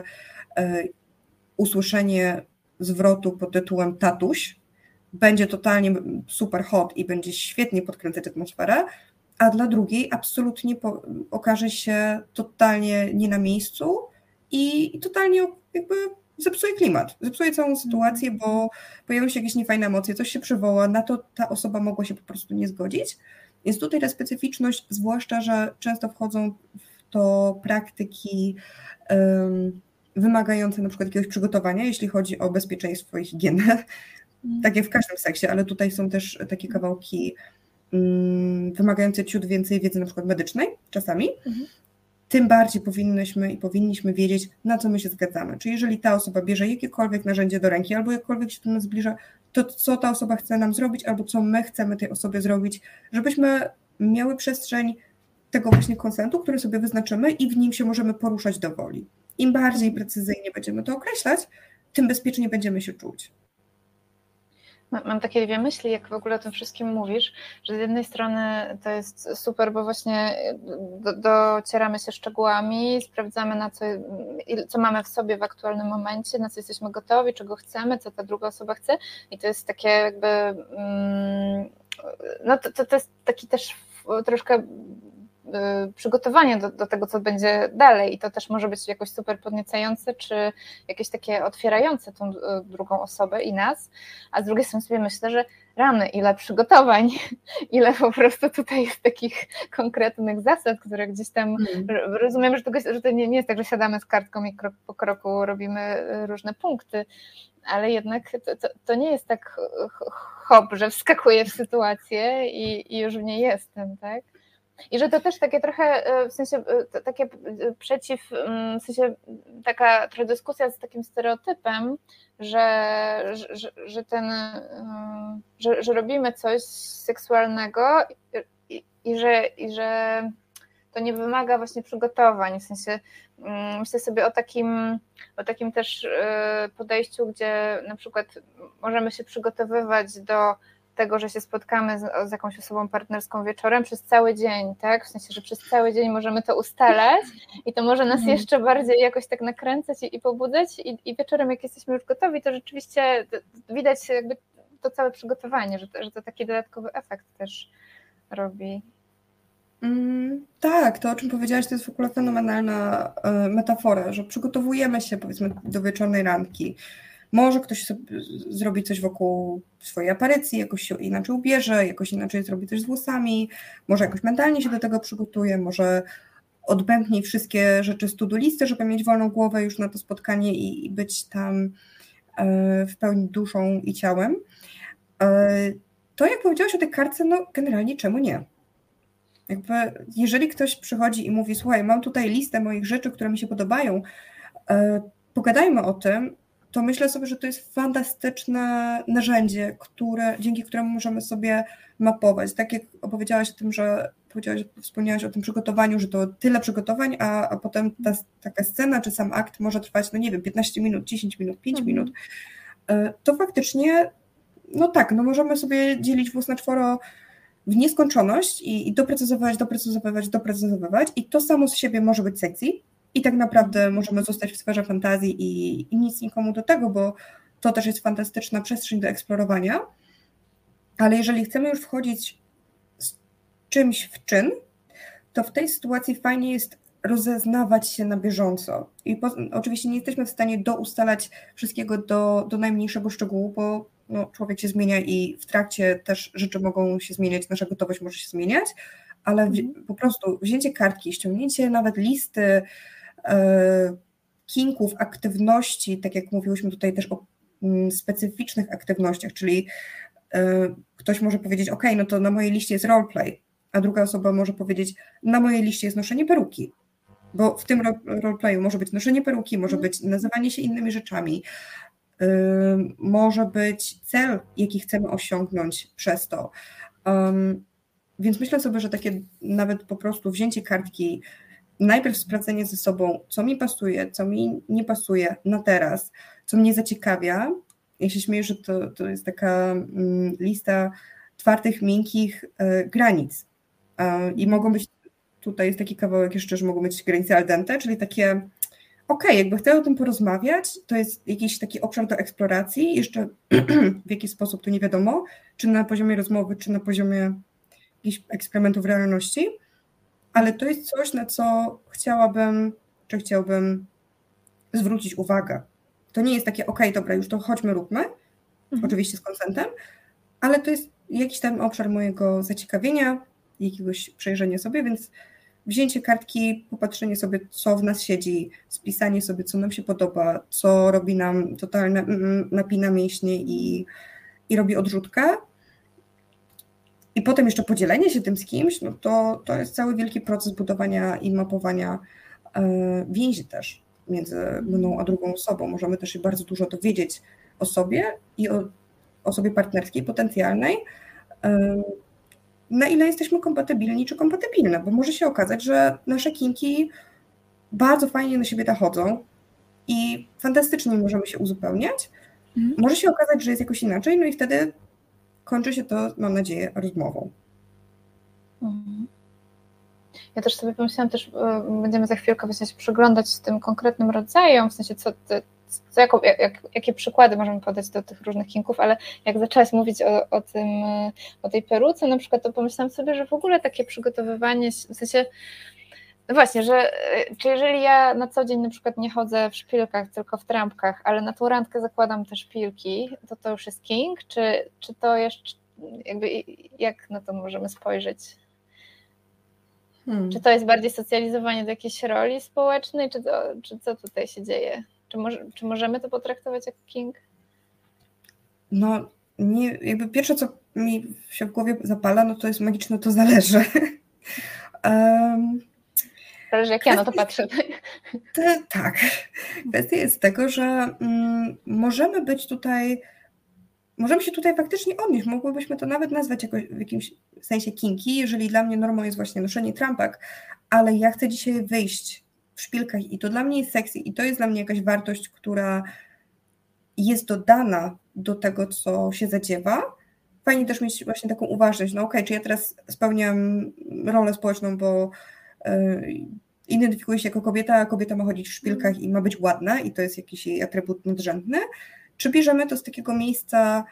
usłyszenie zwrotu pod tytułem tatuś będzie totalnie super hot i będzie świetnie podkręcać atmosferę, a dla drugiej absolutnie okaże się totalnie nie na miejscu i totalnie jakby zepsuje klimat, zepsuje całą sytuację, bo pojawią się jakieś niefajne emocje, coś się przywoła, na to ta osoba mogła się po prostu nie zgodzić. Więc tutaj ta specyficzność, zwłaszcza, że często wchodzą w to praktyki wymagające na przykład jakiegoś przygotowania, jeśli chodzi o bezpieczeństwo i higienę, tak jak w każdym seksie, ale tutaj są też takie kawałki wymagające ciut więcej wiedzy na przykład medycznej czasami, tym bardziej powinniśmy wiedzieć, na co my się zgadzamy. Czyli jeżeli ta osoba bierze jakiekolwiek narzędzie do ręki, albo jakkolwiek się do nas zbliża, to co ta osoba chce nam zrobić, albo co my chcemy tej osobie zrobić, żebyśmy miały przestrzeń tego właśnie konsentu, który sobie wyznaczymy, i w nim się możemy poruszać do woli. Im bardziej precyzyjnie będziemy to określać, tym bezpiecznie będziemy się czuć. Mam takie dwie myśli, jak w ogóle o tym wszystkim mówisz, że z jednej strony to jest super, bo właśnie docieramy się szczegółami, sprawdzamy co mamy w sobie w aktualnym momencie, na co jesteśmy gotowi, czego chcemy, co ta druga osoba chce i to jest takie jakby, no to jest taki też troszkę przygotowanie do tego, co będzie dalej i to też może być jakoś super podniecające, czy jakieś takie otwierające tą drugą osobę i nas, a z drugiej strony sobie myślę, że rany, ile przygotowań, ile po prostu tutaj jest takich konkretnych zasad, które gdzieś tam, rozumiem, że to nie jest tak, że siadamy z kartką i krok po kroku robimy różne punkty, ale jednak to nie jest tak hop, że wskakuję w sytuację i już w niej jestem, tak? I że to też takie trochę, w sensie takie w sensie taka trochę dyskusja z takim stereotypem, że robimy coś seksualnego i że to nie wymaga właśnie przygotowań, w sensie myślę sobie o takim też podejściu, gdzie na przykład możemy się przygotowywać do tego, że się spotkamy z jakąś osobą partnerską wieczorem przez cały dzień, tak? W sensie, że przez cały dzień możemy to ustalać i to może nas jeszcze bardziej jakoś tak nakręcać i pobudzać i wieczorem, jak jesteśmy już gotowi, to rzeczywiście widać jakby to całe przygotowanie, że to taki dodatkowy efekt też robi. Tak, to o czym powiedziałaś, to jest w ogóle fenomenalna metafora, że przygotowujemy się powiedzmy do wieczornej randki. Może ktoś sobie zrobi coś wokół swojej aparycji, jakoś się inaczej ubierze, jakoś inaczej zrobi coś z włosami, może jakoś mentalnie się do tego przygotuje, może odbębni wszystkie rzeczy z to-do listy, żeby mieć wolną głowę już na to spotkanie i być tam w pełni duszą i ciałem. To jak powiedziałaś o tej kartce, no generalnie czemu nie? Jakby, jeżeli ktoś przychodzi i mówi, słuchaj, mam tutaj listę moich rzeczy, które mi się podobają, pogadajmy o tym, to myślę sobie, że to jest fantastyczne narzędzie, dzięki któremu możemy sobie mapować. Tak jak opowiedziałaś o tym, wspomniałaś o tym przygotowaniu, że to tyle przygotowań, a potem taka scena czy sam akt może trwać, no nie wiem, 15 minut, 10 minut, 5 minut. To faktycznie, no tak, no możemy sobie dzielić włos na czworo w nieskończoność i doprecyzowywać i to samo z siebie może być sexy i tak naprawdę możemy zostać w sferze fantazji i nic nikomu do tego, bo to też jest fantastyczna przestrzeń do eksplorowania, ale jeżeli chcemy już wchodzić z czymś w czyn, to w tej sytuacji fajnie jest rozeznawać się na bieżąco i oczywiście nie jesteśmy w stanie doustalać wszystkiego do najmniejszego szczegółu, bo no, człowiek się zmienia i w trakcie też rzeczy mogą się zmieniać, nasza gotowość może się zmieniać, ale po prostu wzięcie kartki, ściągnięcie nawet listy kinków, aktywności, tak jak mówiłyśmy tutaj też o specyficznych aktywnościach, czyli ktoś może powiedzieć, ok, no to na mojej liście jest roleplay, a druga osoba może powiedzieć, na mojej liście jest noszenie peruki, bo w tym roleplayu może być noszenie peruki, może być nazywanie się innymi rzeczami, może być cel, jaki chcemy osiągnąć przez to. Więc myślę sobie, że takie nawet po prostu wzięcie kartki, najpierw sprawdzenie ze sobą, co mi pasuje, co mi nie pasuje na teraz, co mnie zaciekawia. Ja się śmieję, że to jest taka lista twardych, miękkich granic. I mogą być, tutaj jest taki kawałek jeszcze, że mogą być granice al dente, czyli takie jakby chcę o tym porozmawiać, to jest jakiś taki obszar do eksploracji, jeszcze w jaki sposób to nie wiadomo, czy na poziomie rozmowy, czy na poziomie jakichś eksperymentów realności, ale to jest coś, na co chciałabym zwrócić uwagę. To nie jest takie, dobra, już to chodźmy, róbmy, oczywiście z konsentem, ale to jest jakiś tam obszar mojego zaciekawienia, jakiegoś przejrzenia sobie, więc wzięcie kartki, popatrzenie sobie, co w nas siedzi, spisanie sobie, co nam się podoba, co robi nam totalne napina mięśnie i robi odrzutkę. I potem jeszcze podzielenie się tym z kimś, no to jest cały wielki proces budowania i mapowania więzi też między mną a drugą osobą. Możemy też się bardzo dużo dowiedzieć o sobie i o osobie partnerskiej, potencjalnej, na ile jesteśmy kompatybilni czy kompatybilne, bo może się okazać, że nasze kinki bardzo fajnie na siebie nachodzą i fantastycznie możemy się uzupełniać. Może się okazać, że jest jakoś inaczej, no i wtedy kończy się to, mam nadzieję, rozmową. Ja też sobie pomyślałam, będziemy za chwilkę właśnie się przyglądać tym konkretnym rodzajom, w sensie jakie przykłady możemy podać do tych różnych kinków, ale jak zaczęłaś mówić o tej peruce na przykład, to pomyślałam sobie, że w ogóle takie przygotowywanie, w sensie, no właśnie, że czy jeżeli ja na co dzień na przykład nie chodzę w szpilkach, tylko w trampkach, ale na tą randkę zakładam te szpilki, to już jest king, czy to jeszcze, jakby jak na to możemy spojrzeć? Czy to jest bardziej socjalizowanie do jakiejś roli społecznej, czy co tutaj się dzieje? Czy możemy to potraktować jak king? No, nie, jakby pierwsze, co mi się w głowie zapala, no to jest magiczne, to zależy. Zależy jak ja na to patrzę. Tak. Kwestia jest tego, że możemy się tutaj faktycznie odnieść. Mogłybyśmy to nawet nazwać jakoś w jakimś sensie kinky, jeżeli dla mnie normą jest właśnie noszenie trampek, ale ja chcę dzisiaj wyjść w szpilkach i to dla mnie jest sexy i to jest dla mnie jakaś wartość, która jest dodana do tego, co się zadziewa. Fajnie też mieć właśnie taką uważność, no okej, czy ja teraz spełniam rolę społeczną, bo identyfikuję się jako kobieta, a kobieta ma chodzić w szpilkach i ma być ładna i to jest jakiś jej atrybut nadrzędny, czy bierzemy to z takiego miejsca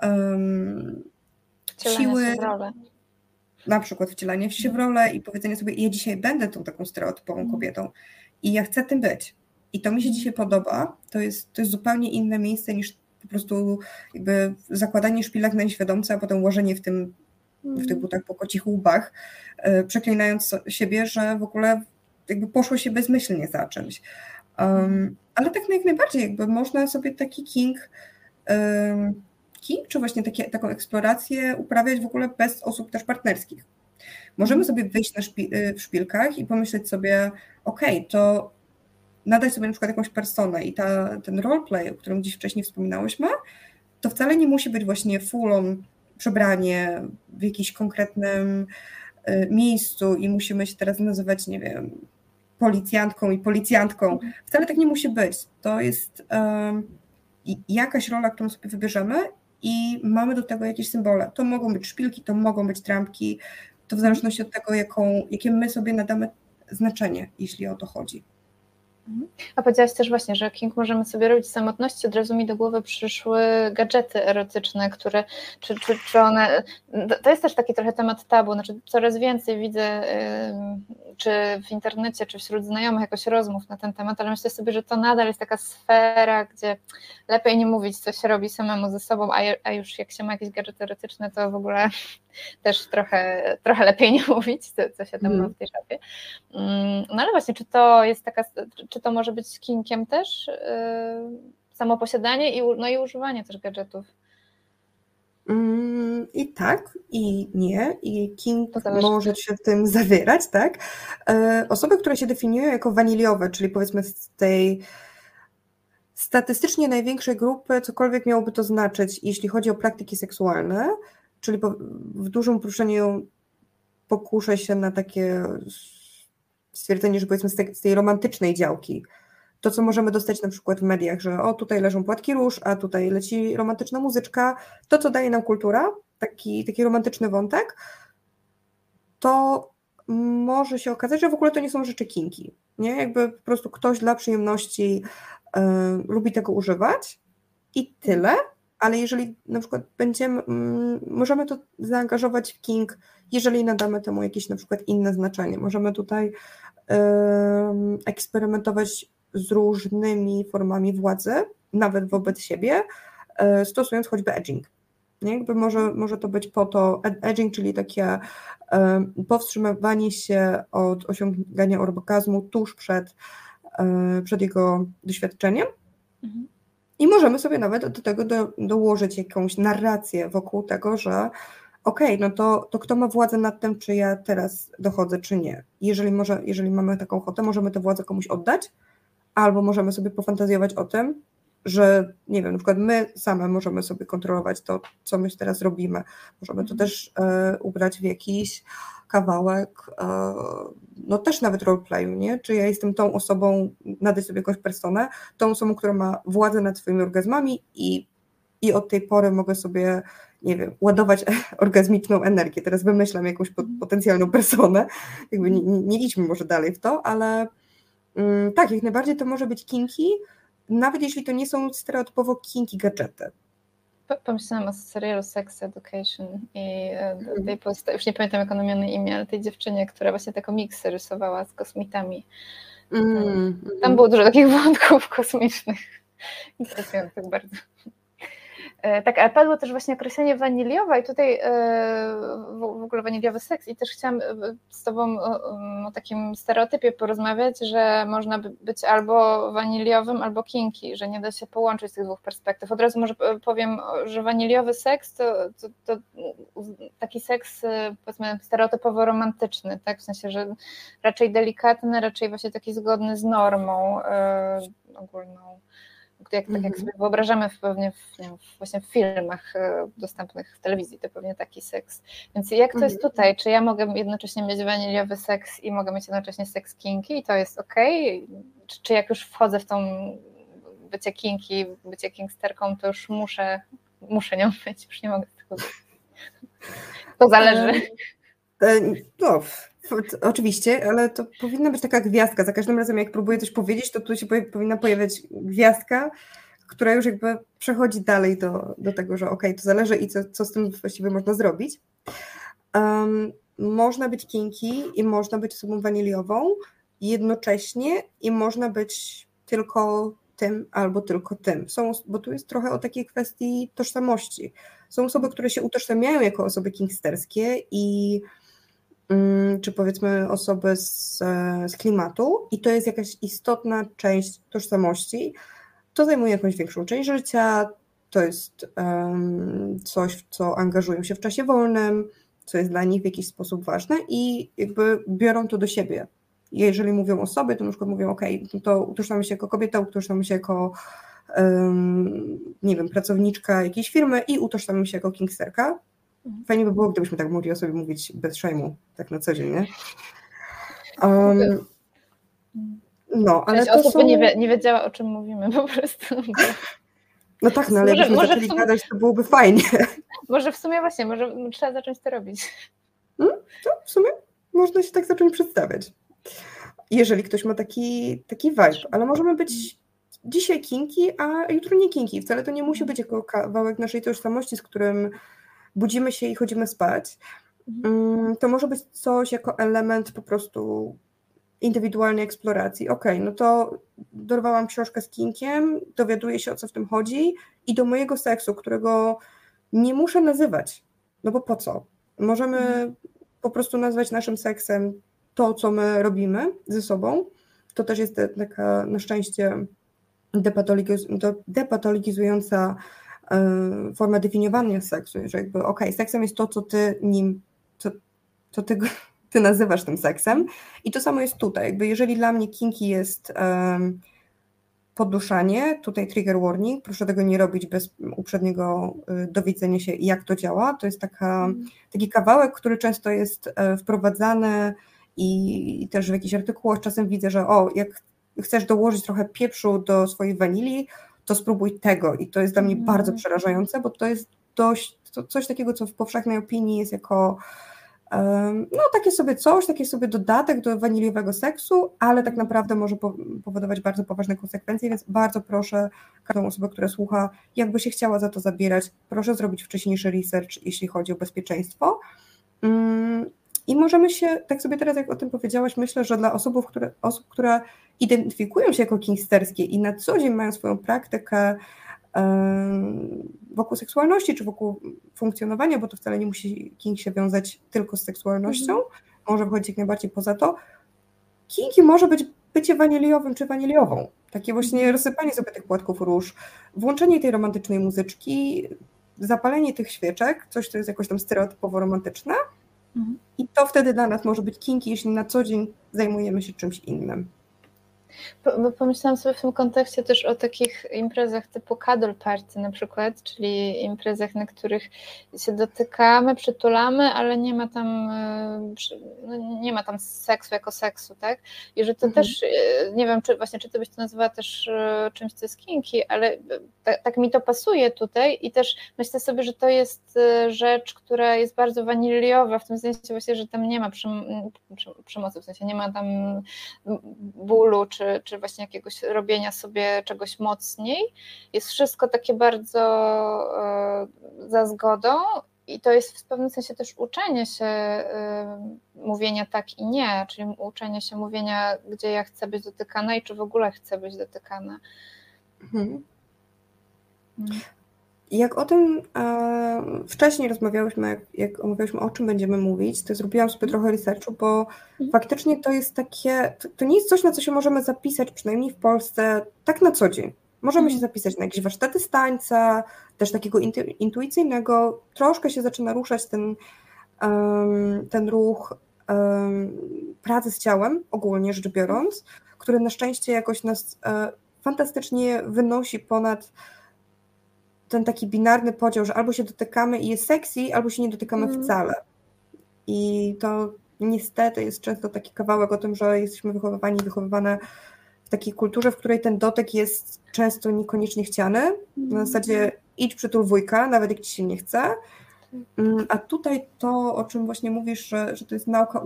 siły, się w rolę. Na przykład wcielanie się w rolę i powiedzenie sobie, ja dzisiaj będę tą taką stereotypową kobietą i ja chcę tym być. I to mi się dzisiaj podoba, to jest zupełnie inne miejsce niż po prostu jakby zakładanie szpilek na nieświadomce, a potem łożenie w tych butach po kocich łbach, przeklinając siebie, że w ogóle jakby poszło się bezmyślnie za czymś. Ale tak jak najbardziej, jakby można sobie taki king, czy właśnie taką eksplorację uprawiać w ogóle bez osób też partnerskich. Możemy sobie wyjść w szpilkach i pomyśleć sobie, okej, to nadać sobie na przykład jakąś personę i ten roleplay, o którym dziś wcześniej wspominałyśmy, to wcale nie musi być właśnie full on przebranie w jakimś konkretnym miejscu i musimy się teraz nazywać, nie wiem, policjantką i policjantką. Wcale tak nie musi być. To jest jakaś rola, którą sobie wybierzemy i mamy do tego jakieś symbole. To mogą być szpilki, to mogą być trampki, to w zależności od tego, jakie my sobie nadamy znaczenie, jeśli o to chodzi. A powiedziałaś też właśnie, że king możemy sobie robić w samotności. Od razu mi do głowy przyszły gadżety erotyczne, które, czy one, to jest też taki trochę temat tabu, znaczy coraz więcej widzę, czy w internecie, czy wśród znajomych jakoś rozmów na ten temat, ale myślę sobie, że to nadal jest taka sfera, gdzie lepiej nie mówić, co się robi samemu ze sobą, a już jak się ma jakieś gadżety erotyczne, to w ogóle też trochę lepiej nie mówić, co się tam ma w tej szafie. No ale właśnie, czy to może być kinkiem też? Samoposiadanie i używanie też gadżetów. I tak, i nie, i kink może się w tym zawierać, tak? Osoby, które się definiują jako waniliowe, czyli powiedzmy z tej statystycznie największej grupy, cokolwiek miałoby to znaczyć, jeśli chodzi o praktyki seksualne, czyli w dużym uproszczeniu pokuszę się na takie stwierdzenie, że powiedzmy z tej romantycznej działki, to co możemy dostać na przykład w mediach, że tutaj leżą płatki róż, a tutaj leci romantyczna muzyczka, to co daje nam kultura, taki romantyczny wątek, to może się okazać, że w ogóle to nie są rzeczy kinki, nie? Jakby po prostu ktoś dla przyjemności lubi tego używać i tyle, ale jeżeli na przykład możemy to zaangażować w kink, jeżeli nadamy temu jakieś na przykład inne znaczenie. Możemy tutaj eksperymentować z różnymi formami władzy, nawet wobec siebie, stosując choćby edging. Nie? Jakby może to być po to, edging, czyli takie powstrzymywanie się od osiągania orgazmu tuż przed jego doświadczeniem. I możemy sobie nawet do tego dołożyć jakąś narrację wokół tego, że no to kto ma władzę nad tym, czy ja teraz dochodzę, czy nie. Jeżeli mamy taką ochotę, możemy tę władzę komuś oddać, albo możemy sobie pofantazjować o tym, że nie wiem, na przykład my same możemy sobie kontrolować to, co my teraz robimy. Możemy to też ubrać w jakiś kawałek, no też nawet roleplayu, nie? Czy ja jestem tą osobą, nadać sobie jakąś personę, tą osobą, która ma władzę nad swoimi orgazmami i od tej pory mogę sobie nie wiem, ładować orgazmiczną energię. Teraz wymyślam jakąś potencjalną personę, jakby nie idźmy może dalej w to, ale tak, jak najbardziej to może być kinki, nawet jeśli to nie są stereotypowo kinki gadżety. Pomyślałam o serialu Sex Education i już nie pamiętam jak ona miała na imię, ale tej dziewczynie, która właśnie te komiksy rysowała z kosmitami. Tam było dużo takich wątków kosmicznych, interesujących bardzo. Tak, ale padło też właśnie określenie waniliowa i tutaj w ogóle waniliowy seks i też chciałam z Tobą o takim stereotypie porozmawiać, że można być albo waniliowym, albo kinky, że nie da się połączyć tych dwóch perspektyw. Od razu może powiem, że waniliowy seks to taki seks powiedzmy stereotypowo romantyczny, tak? W sensie, że raczej delikatny, raczej właśnie taki zgodny z normą ogólną. Tak jak sobie wyobrażamy właśnie w filmach dostępnych w telewizji, to pewnie taki seks. Więc jak to jest tutaj? Czy ja mogę jednocześnie mieć waniliowy seks i mogę mieć jednocześnie seks kinky i to jest okej? Czy jak już wchodzę w tą bycie kinky, bycie kingsterką, to już muszę nią być, już nie mogę tego. To zależy. No, oczywiście, ale to powinna być taka gwiazdka. Za każdym razem, jak próbuję coś powiedzieć, to tu się powinna pojawiać gwiazdka, która już jakby przechodzi dalej do tego, że okej, to zależy i co z tym właściwie można zrobić. Można być kinky i można być osobą waniliową jednocześnie i można być tylko tym albo tylko tym. Bo tu jest trochę o takiej kwestii tożsamości. Są osoby, które się utożsamiają jako osoby kingsterskie i czy powiedzmy osoby z klimatu i to jest jakaś istotna część tożsamości, to zajmuje jakąś większą część życia, to jest coś, w co angażują się w czasie wolnym, co jest dla nich w jakiś sposób ważne i jakby biorą to do siebie. Jeżeli mówią o sobie, to na przykład mówią, to utożsamiamy się jako kobieta, utożsamiamy się jako nie wiem, pracowniczka jakiejś firmy i utożsamiamy się jako kingsterka. Fajnie by było, gdybyśmy tak mogli o sobie mówić bez szejmu, tak na co dzień, nie? No, ale część osób nie wiedziała, o czym mówimy po prostu. No tak, no ale jakbyśmy zaczęli gadać, to byłoby fajnie. Może w sumie właśnie, może trzeba zacząć to robić. To w sumie można się tak zacząć przedstawiać. Jeżeli ktoś ma taki vibe, ale możemy być dzisiaj kinky, a jutro nie kinky. Wcale to nie musi być jako kawałek naszej tożsamości, z którym budzimy się i chodzimy spać. To może być coś jako element po prostu indywidualnej eksploracji. No to dorwałam książkę z kinkiem, dowiaduję się, o co w tym chodzi i do mojego seksu, którego nie muszę nazywać, no bo po co? Możemy po prostu nazwać naszym seksem to, co my robimy ze sobą. To też jest taka na szczęście depatologizująca forma definiowania seksu, że jakby seksem jest to, co ty nim, co ty nazywasz tym seksem i to samo jest tutaj, jakby jeżeli dla mnie kinky jest podduszanie, tutaj trigger warning, proszę tego nie robić bez uprzedniego dowiedzenia się, jak to działa, to jest taki kawałek, który często jest wprowadzany i też w jakichś artykułach czasem widzę, że jak chcesz dołożyć trochę pieprzu do swojej wanilii, to spróbuj tego i to jest dla mnie bardzo przerażające, bo to jest coś takiego, co w powszechnej opinii jest jako taki sobie dodatek do waniliowego seksu, ale tak naprawdę może powodować bardzo poważne konsekwencje, więc bardzo proszę każdą osobę, która słucha, jakby się chciała za to zabierać, proszę zrobić wcześniejszy research, jeśli chodzi o bezpieczeństwo. I możemy się, tak sobie teraz jak o tym powiedziałaś, myślę, że dla osób, które identyfikują się jako kingsterskie i na co dzień mają swoją praktykę wokół seksualności czy wokół funkcjonowania, bo to wcale nie musi kink się wiązać tylko z seksualnością, może wchodzić jak najbardziej poza to. Kinki może być bycie waniliowym czy waniliową. Takie właśnie rozsypanie sobie tych płatków róż, włączenie tej romantycznej muzyczki, zapalenie tych świeczek, coś, co jest jakoś tam stereotypowo romantyczne i to wtedy dla nas może być kinki, jeśli na co dzień zajmujemy się czymś innym. Bo pomyślałam sobie w tym kontekście też o takich imprezach typu cuddle party na przykład, czyli imprezach, na których się dotykamy, przytulamy, ale nie ma tam seksu jako seksu, tak? I że to też, nie wiem, czy ty byś to nazywała też czymś, co jest kinky, ale tak mi to pasuje tutaj i też myślę sobie, że to jest rzecz, która jest bardzo waniliowa, w tym sensie właśnie, że tam nie ma przemocy, w sensie nie ma tam bólu, czy właśnie jakiegoś robienia sobie czegoś mocniej. Jest wszystko takie bardzo za zgodą i to jest w pewnym sensie też uczenie się mówienia tak i nie, czyli uczenie się mówienia, gdzie ja chcę być dotykana i czy w ogóle chcę być dotykana. Jak o tym wcześniej rozmawiałyśmy, jak omawiałyśmy, o czym będziemy mówić, to zrobiłam sobie trochę researchu, bo faktycznie to jest takie, to nie jest coś, na co się możemy zapisać, przynajmniej w Polsce, tak na co dzień. Możemy się zapisać na jakieś warsztaty z tańca, też takiego intuicyjnego, troszkę się zaczyna ruszać ten ruch pracy z ciałem, ogólnie rzecz biorąc, który na szczęście jakoś nas fantastycznie wynosi ponad ten taki binarny podział, że albo się dotykamy i jest sexy, albo się nie dotykamy wcale. I to niestety jest często taki kawałek o tym, że jesteśmy wychowywane w takiej kulturze, w której ten dotyk jest często niekoniecznie chciany. Na zasadzie idź przytul wujka, nawet jak ci się nie chce. A tutaj to, o czym właśnie mówisz, że to jest nauka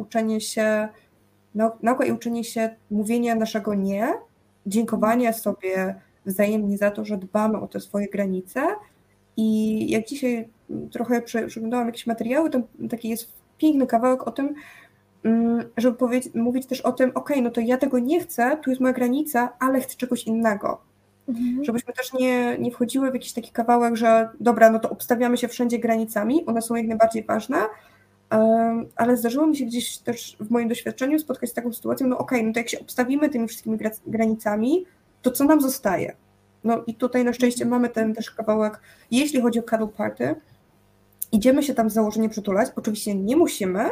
i uczenie się mówienia naszego nie, dziękowania sobie wzajemnie za to, że dbamy o te swoje granice. I jak dzisiaj trochę przeglądałam jakieś materiały, to taki jest piękny kawałek o tym, żeby mówić też o tym, okej, no to ja tego nie chcę, tu jest moja granica, ale chcę czegoś innego. Żebyśmy też nie wchodziły w jakiś taki kawałek, że dobra, no to obstawiamy się wszędzie granicami, one są jak najbardziej ważne, ale zdarzyło mi się gdzieś też w moim doświadczeniu spotkać z taką sytuacją, no okej, no to jak się obstawimy tymi wszystkimi granicami, to co nam zostaje? No i tutaj na szczęście mamy ten też kawałek, jeśli chodzi o cuddle party, idziemy się tam z założenia przytulać, oczywiście nie musimy,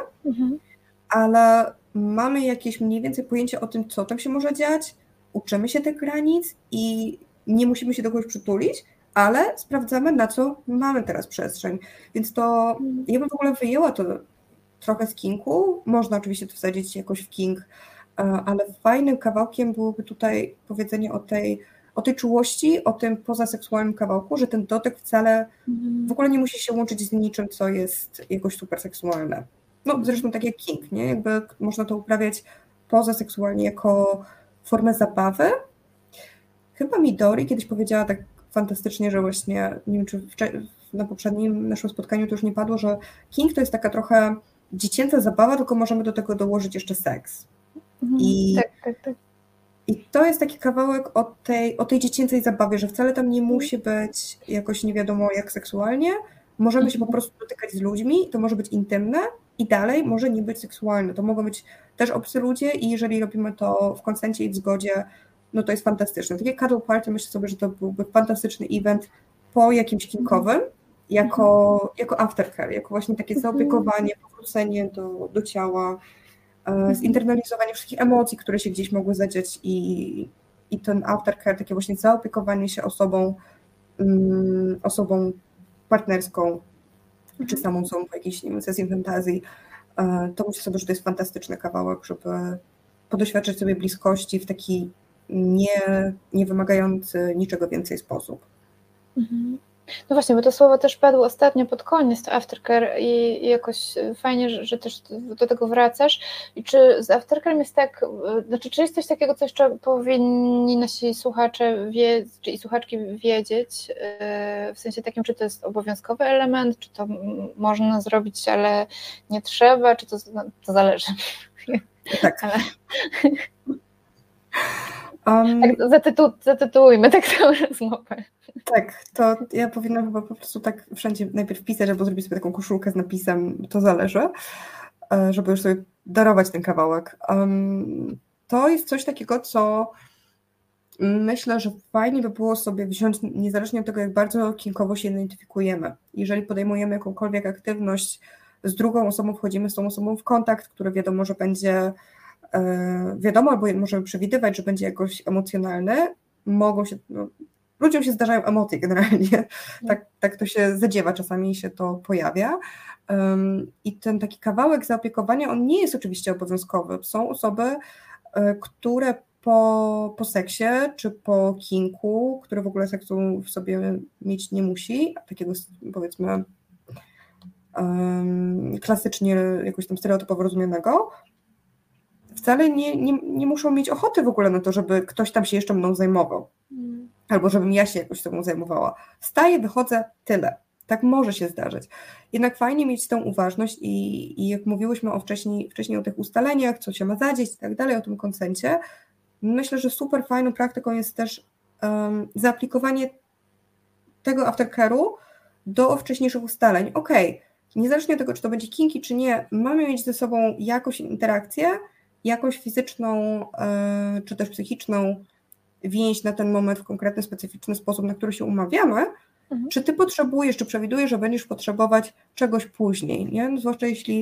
ale mamy jakieś mniej więcej pojęcie o tym, co tam się może dziać, uczymy się tych granic i nie musimy się do kogoś przytulić, ale sprawdzamy, na co mamy teraz przestrzeń. Więc to ja bym w ogóle wyjęła to trochę z kinku, można oczywiście to wsadzić jakoś w kink, ale fajnym kawałkiem byłoby tutaj powiedzenie o tej czułości, o tym pozaseksualnym kawałku, że ten dotyk wcale w ogóle nie musi się łączyć z niczym, co jest jakoś super seksualne. No zresztą tak jak kink, nie? Jakby można to uprawiać pozaseksualnie jako formę zabawy. Chyba Midori kiedyś powiedziała tak fantastycznie, że właśnie, nie wiem czy na poprzednim naszym spotkaniu to już nie padło, że kink to jest taka trochę dziecięca zabawa, tylko możemy do tego dołożyć jeszcze seks. Tak. I to jest taki kawałek o tej dziecięcej zabawie, że wcale tam nie musi być jakoś nie wiadomo jak seksualnie, możemy się po prostu dotykać z ludźmi, to może być intymne i dalej może nie być seksualne, to mogą być też obcy ludzie i jeżeli robimy to w konsencie i w zgodzie, no to jest fantastyczne. Takie cuddle party, myślę sobie, że to byłby fantastyczny event po jakimś kinkowym, jako aftercare, jako właśnie takie zaopiekowanie, powrócenie do ciała, zinternalizowanie wszystkich emocji, które się gdzieś mogły zadziać i ten aftercare, takie właśnie zaopiekowanie się osobą partnerską, czy samą sobą po jakiejś, nie wiem, sesji fantazji, to myślę sobie, że to jest fantastyczny kawałek, żeby podoświadczyć sobie bliskości w taki nie wymagający niczego więcej sposób. No właśnie, bo to słowo też padło ostatnio pod koniec, to aftercare i jakoś fajnie, że też do tego wracasz. I czy z aftercare jest tak, znaczy czy jest coś takiego, co jeszcze powinni nasi słuchacze czy i słuchaczki wiedzieć, w sensie takim, czy to jest obowiązkowy element, czy to można zrobić, ale nie trzeba, czy to zależy? Tak. Ale... Tak, zatytułujmy tak całą rozmowę. Tak, to ja powinnam chyba po prostu tak wszędzie najpierw pisać, albo zrobić sobie taką koszulkę z napisem to zależy, żeby już sobie darować ten kawałek. To jest coś takiego, co myślę, że fajnie by było sobie wziąć, niezależnie od tego, jak bardzo kinkowo się identyfikujemy. Jeżeli podejmujemy jakąkolwiek aktywność z drugą osobą, wchodzimy z tą osobą w kontakt, który wiadomo, że będzie wiadomo, albo możemy przewidywać, że będzie jakoś emocjonalny, ludziom się zdarzają emocje generalnie, tak to się zadziewa, czasami się to pojawia. I ten taki kawałek zaopiekowania, on nie jest oczywiście obowiązkowy. Są osoby, które po seksie, czy po kinku, które w ogóle seksu w sobie mieć nie musi, takiego powiedzmy klasycznie jakoś tam stereotypowo rozumianego, wcale nie muszą mieć ochoty w ogóle na to, żeby ktoś tam się jeszcze mną zajmował. Albo żebym ja się jakoś sobą zajmowała. Wstaję, wychodzę, tyle. Tak może się zdarzyć. Jednak fajnie mieć tą uważność i jak mówiłyśmy wcześniej o tych ustaleniach, co się ma zadzieć i tak dalej, o tym konsencie, myślę, że super fajną praktyką jest też zaaplikowanie tego aftercare'u do wcześniejszych ustaleń. Okej, niezależnie od tego, czy to będzie kinki, czy nie, mamy mieć ze sobą jakąś interakcję, jakąś fizyczną, czy też psychiczną więź na ten moment w konkretny, specyficzny sposób, na który się umawiamy, czy ty potrzebujesz, czy przewidujesz, że będziesz potrzebować czegoś później, nie? No, zwłaszcza jeśli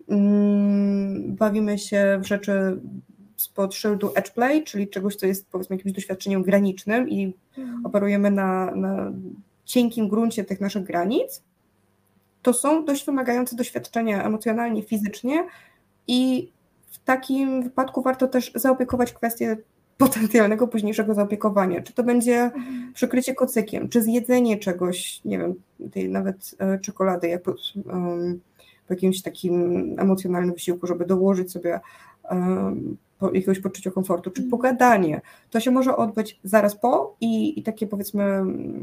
bawimy się w rzeczy spod szyldu edge play, czyli czegoś, co jest powiedzmy jakimś doświadczeniem granicznym i operujemy na cienkim gruncie tych naszych granic, to są dość wymagające doświadczenia emocjonalnie, fizycznie i w takim wypadku warto też zaopiekować kwestię potencjalnego późniejszego zaopiekowania. Czy to będzie przykrycie kocykiem, czy zjedzenie czegoś, nie wiem, tej nawet czekolady, jak po jakimś takim emocjonalnym wysiłku, żeby dołożyć sobie jakiegoś poczucia komfortu, czy pogadanie. To się może odbyć zaraz po i takie powiedzmy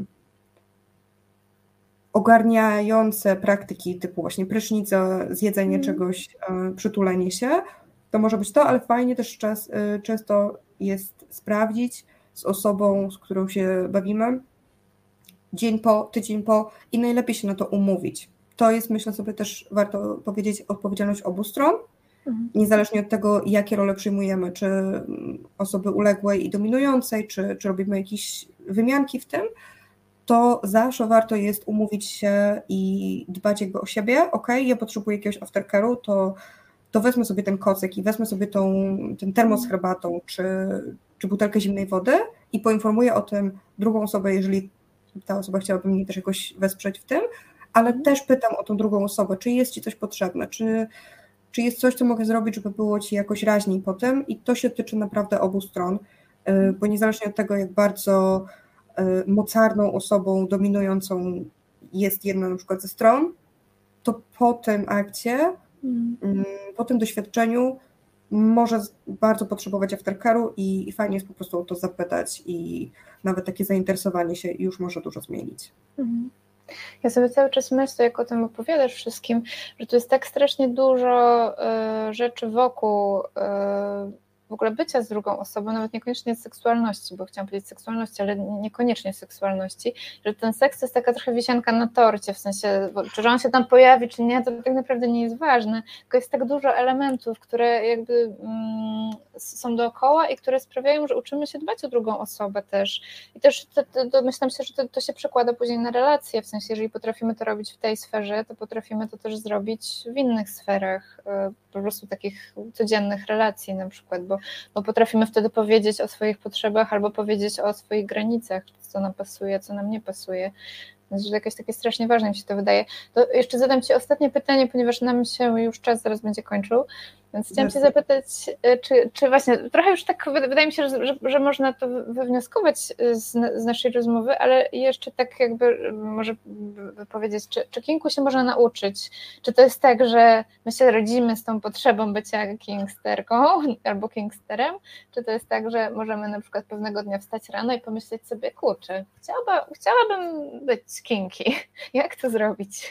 ogarniające praktyki typu właśnie prysznica, zjedzenie czegoś, przytulenie się, to może być to, ale fajnie też często jest sprawdzić z osobą, z którą się bawimy, dzień po, tydzień po i najlepiej się na to umówić. To jest, myślę sobie, też warto powiedzieć, odpowiedzialność obu stron, niezależnie od tego, jakie role przyjmujemy, czy osoby uległej i dominującej, czy robimy jakieś wymianki w tym, to zawsze warto jest umówić się i dbać jakby o siebie. Okej, ja potrzebuję jakiegoś aftercare'u, to wezmę sobie ten kocyk i wezmę sobie ten termos z herbatą, czy butelkę zimnej wody i poinformuję o tym drugą osobę, jeżeli ta osoba chciałaby mnie też jakoś wesprzeć w tym, ale też pytam o tą drugą osobę, czy jest ci coś potrzebne, czy jest coś, co mogę zrobić, żeby było ci jakoś raźniej potem i to się tyczy naprawdę obu stron, bo niezależnie od tego, jak bardzo mocarną osobą dominującą jest jedna na przykład ze stron, to po tym akcie, po tym doświadczeniu może bardzo potrzebować aftercare'u i fajnie jest po prostu o to zapytać i nawet takie zainteresowanie się już może dużo zmienić. Ja sobie cały czas myślę, jak o tym opowiadasz wszystkim, że tu jest tak strasznie dużo rzeczy wokół w ogóle bycia z drugą osobą, nawet niekoniecznie seksualności, bo chciałam powiedzieć seksualności, ale niekoniecznie seksualności, że ten seks to jest taka trochę wisienka na torcie, w sensie, czy on się tam pojawi, czy nie, to tak naprawdę nie jest ważne, tylko jest tak dużo elementów, które jakby są dookoła i które sprawiają, że uczymy się dbać o drugą osobę też. I też domyślam się, że to się przekłada później na relacje, w sensie, jeżeli potrafimy to robić w tej sferze, to potrafimy to też zrobić w innych sferach, po prostu takich codziennych relacji na przykład, bo potrafimy wtedy powiedzieć o swoich potrzebach albo powiedzieć o swoich granicach, co nam pasuje, co nam nie pasuje. Więc że jakieś takie strasznie ważne mi się to wydaje. To jeszcze zadam Ci ostatnie pytanie, ponieważ nam się już czas zaraz będzie kończył, więc chciałam Cię zapytać, czy właśnie, trochę już tak wydaje mi się, że można to wywnioskować z naszej rozmowy, ale jeszcze tak jakby może powiedzieć, czy kinku się można nauczyć? Czy to jest tak, że my się rodzimy z tą potrzebą bycia kingsterką albo kingsterem? Czy to jest tak, że możemy na przykład pewnego dnia wstać rano i pomyśleć sobie, kurczę, chciałabym być kinki. Jak to zrobić?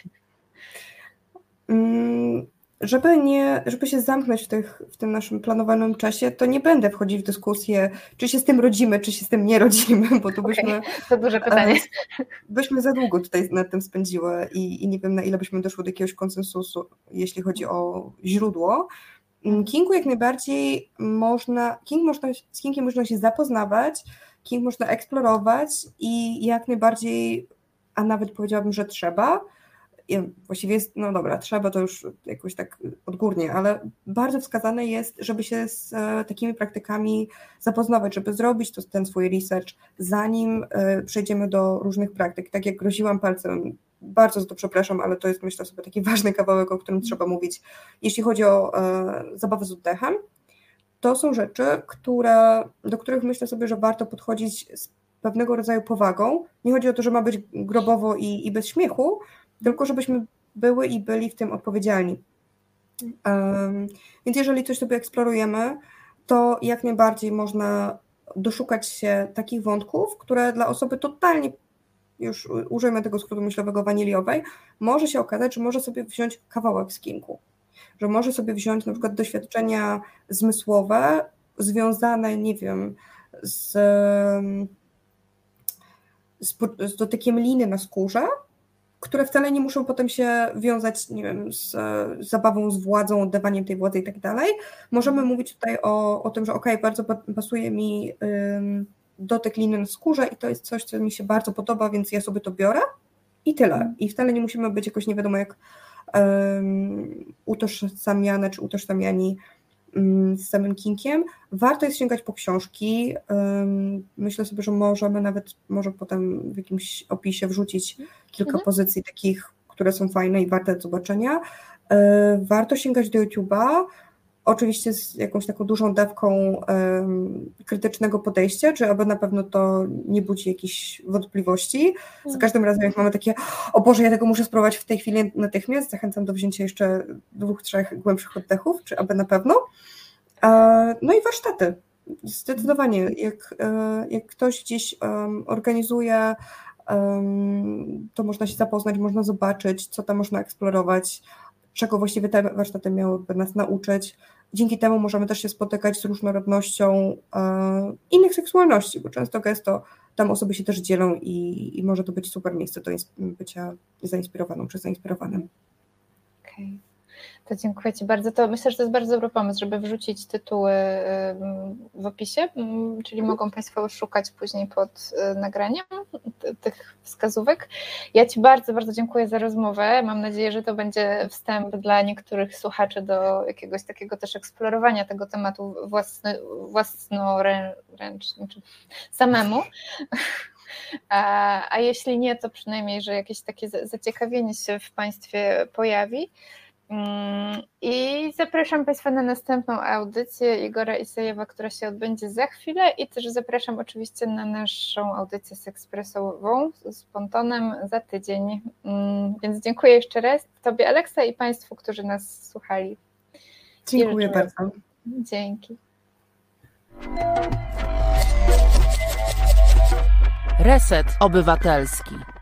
Żeby się zamknąć w tym naszym planowanym czasie, to nie będę wchodzić w dyskusję, czy się z tym rodzimy, czy się z tym nie rodzimy, bo to to duże pytanie. Byśmy za długo tutaj nad tym spędziły i nie wiem, na ile byśmy doszły do jakiegoś konsensusu, jeśli chodzi o źródło. Kingu jak najbardziej z kinkiem można się zapoznawać, kink można eksplorować i jak najbardziej, a nawet powiedziałabym, że trzeba. właściwie jest, no dobra, trzeba to już jakoś tak odgórnie, ale bardzo wskazane jest, żeby się z takimi praktykami zapoznawać, żeby zrobić ten swój research, zanim przejdziemy do różnych praktyk. Tak jak groziłam palcem, bardzo za to przepraszam, ale to jest, myślę sobie, taki ważny kawałek, o którym trzeba mówić. Jeśli chodzi o zabawę z oddechem, to są rzeczy, do których myślę sobie, że warto podchodzić z pewnego rodzaju powagą. Nie chodzi o to, że ma być grobowo i bez śmiechu, tylko żebyśmy były i byli w tym odpowiedzialni. Więc jeżeli coś sobie eksplorujemy, to jak najbardziej można doszukać się takich wątków, które dla osoby totalnie, już użyjmy tego skrótu myślowego, waniliowej, może się okazać, że może sobie wziąć kawałek z kinku, że może sobie wziąć na przykład doświadczenia zmysłowe związane, nie wiem, z dotykiem liny na skórze, które wcale nie muszą potem się wiązać, nie wiem, z zabawą z władzą, oddawaniem tej władzy i tak dalej. Możemy mówić tutaj o tym, że okej, bardzo pasuje mi dotyk liny na skórze i to jest coś, co mi się bardzo podoba, więc ja sobie to biorę i tyle. I wcale nie musimy być jakoś nie wiadomo jak utożsamiane czy utożsamiani z samym kinkiem. Warto jest sięgać po książki. Myślę sobie, że możemy nawet, może potem w jakimś opisie wrzucić kilka pozycji takich, które są fajne i warte zobaczenia. Warto sięgać do YouTube'a, oczywiście z jakąś taką dużą dawką krytycznego podejścia, czy aby na pewno to nie budzi jakichś wątpliwości. Za każdym razem jak mamy takie, o Boże, ja tego muszę spróbować w tej chwili natychmiast, zachęcam do wzięcia jeszcze 2-3 głębszych oddechów, czy aby na pewno. No i warsztaty. Zdecydowanie, jak ktoś gdzieś organizuje, to można się zapoznać, można zobaczyć, co tam można eksplorować, czego właściwie te warsztaty miałyby nas nauczyć. Dzięki temu możemy też się spotykać z różnorodnością innych seksualności, bo często gęsto tam osoby się też dzielą i może to być super miejsce do bycia zainspirowaną czy zainspirowanym. Okej. To dziękuję Ci bardzo. To myślę, że to jest bardzo dobry pomysł, żeby wrzucić tytuły w opisie, czyli mogą Państwo szukać później pod nagraniem tych wskazówek. Ja Ci bardzo, bardzo dziękuję za rozmowę. Mam nadzieję, że to będzie wstęp dla niektórych słuchaczy do jakiegoś takiego też eksplorowania tego tematu własnoręcznie, czy samemu. A jeśli nie, to przynajmniej, że jakieś takie zaciekawienie się w Państwie pojawi. I zapraszam Państwa na następną audycję Igora Isajewa, która się odbędzie za chwilę, i też zapraszam oczywiście na naszą audycję sekspresową z Pontonem za tydzień. Więc dziękuję jeszcze raz Tobie, Aleksa, i Państwu, którzy nas słuchali. Dziękuję bardzo. Dzięki. Reset Obywatelski.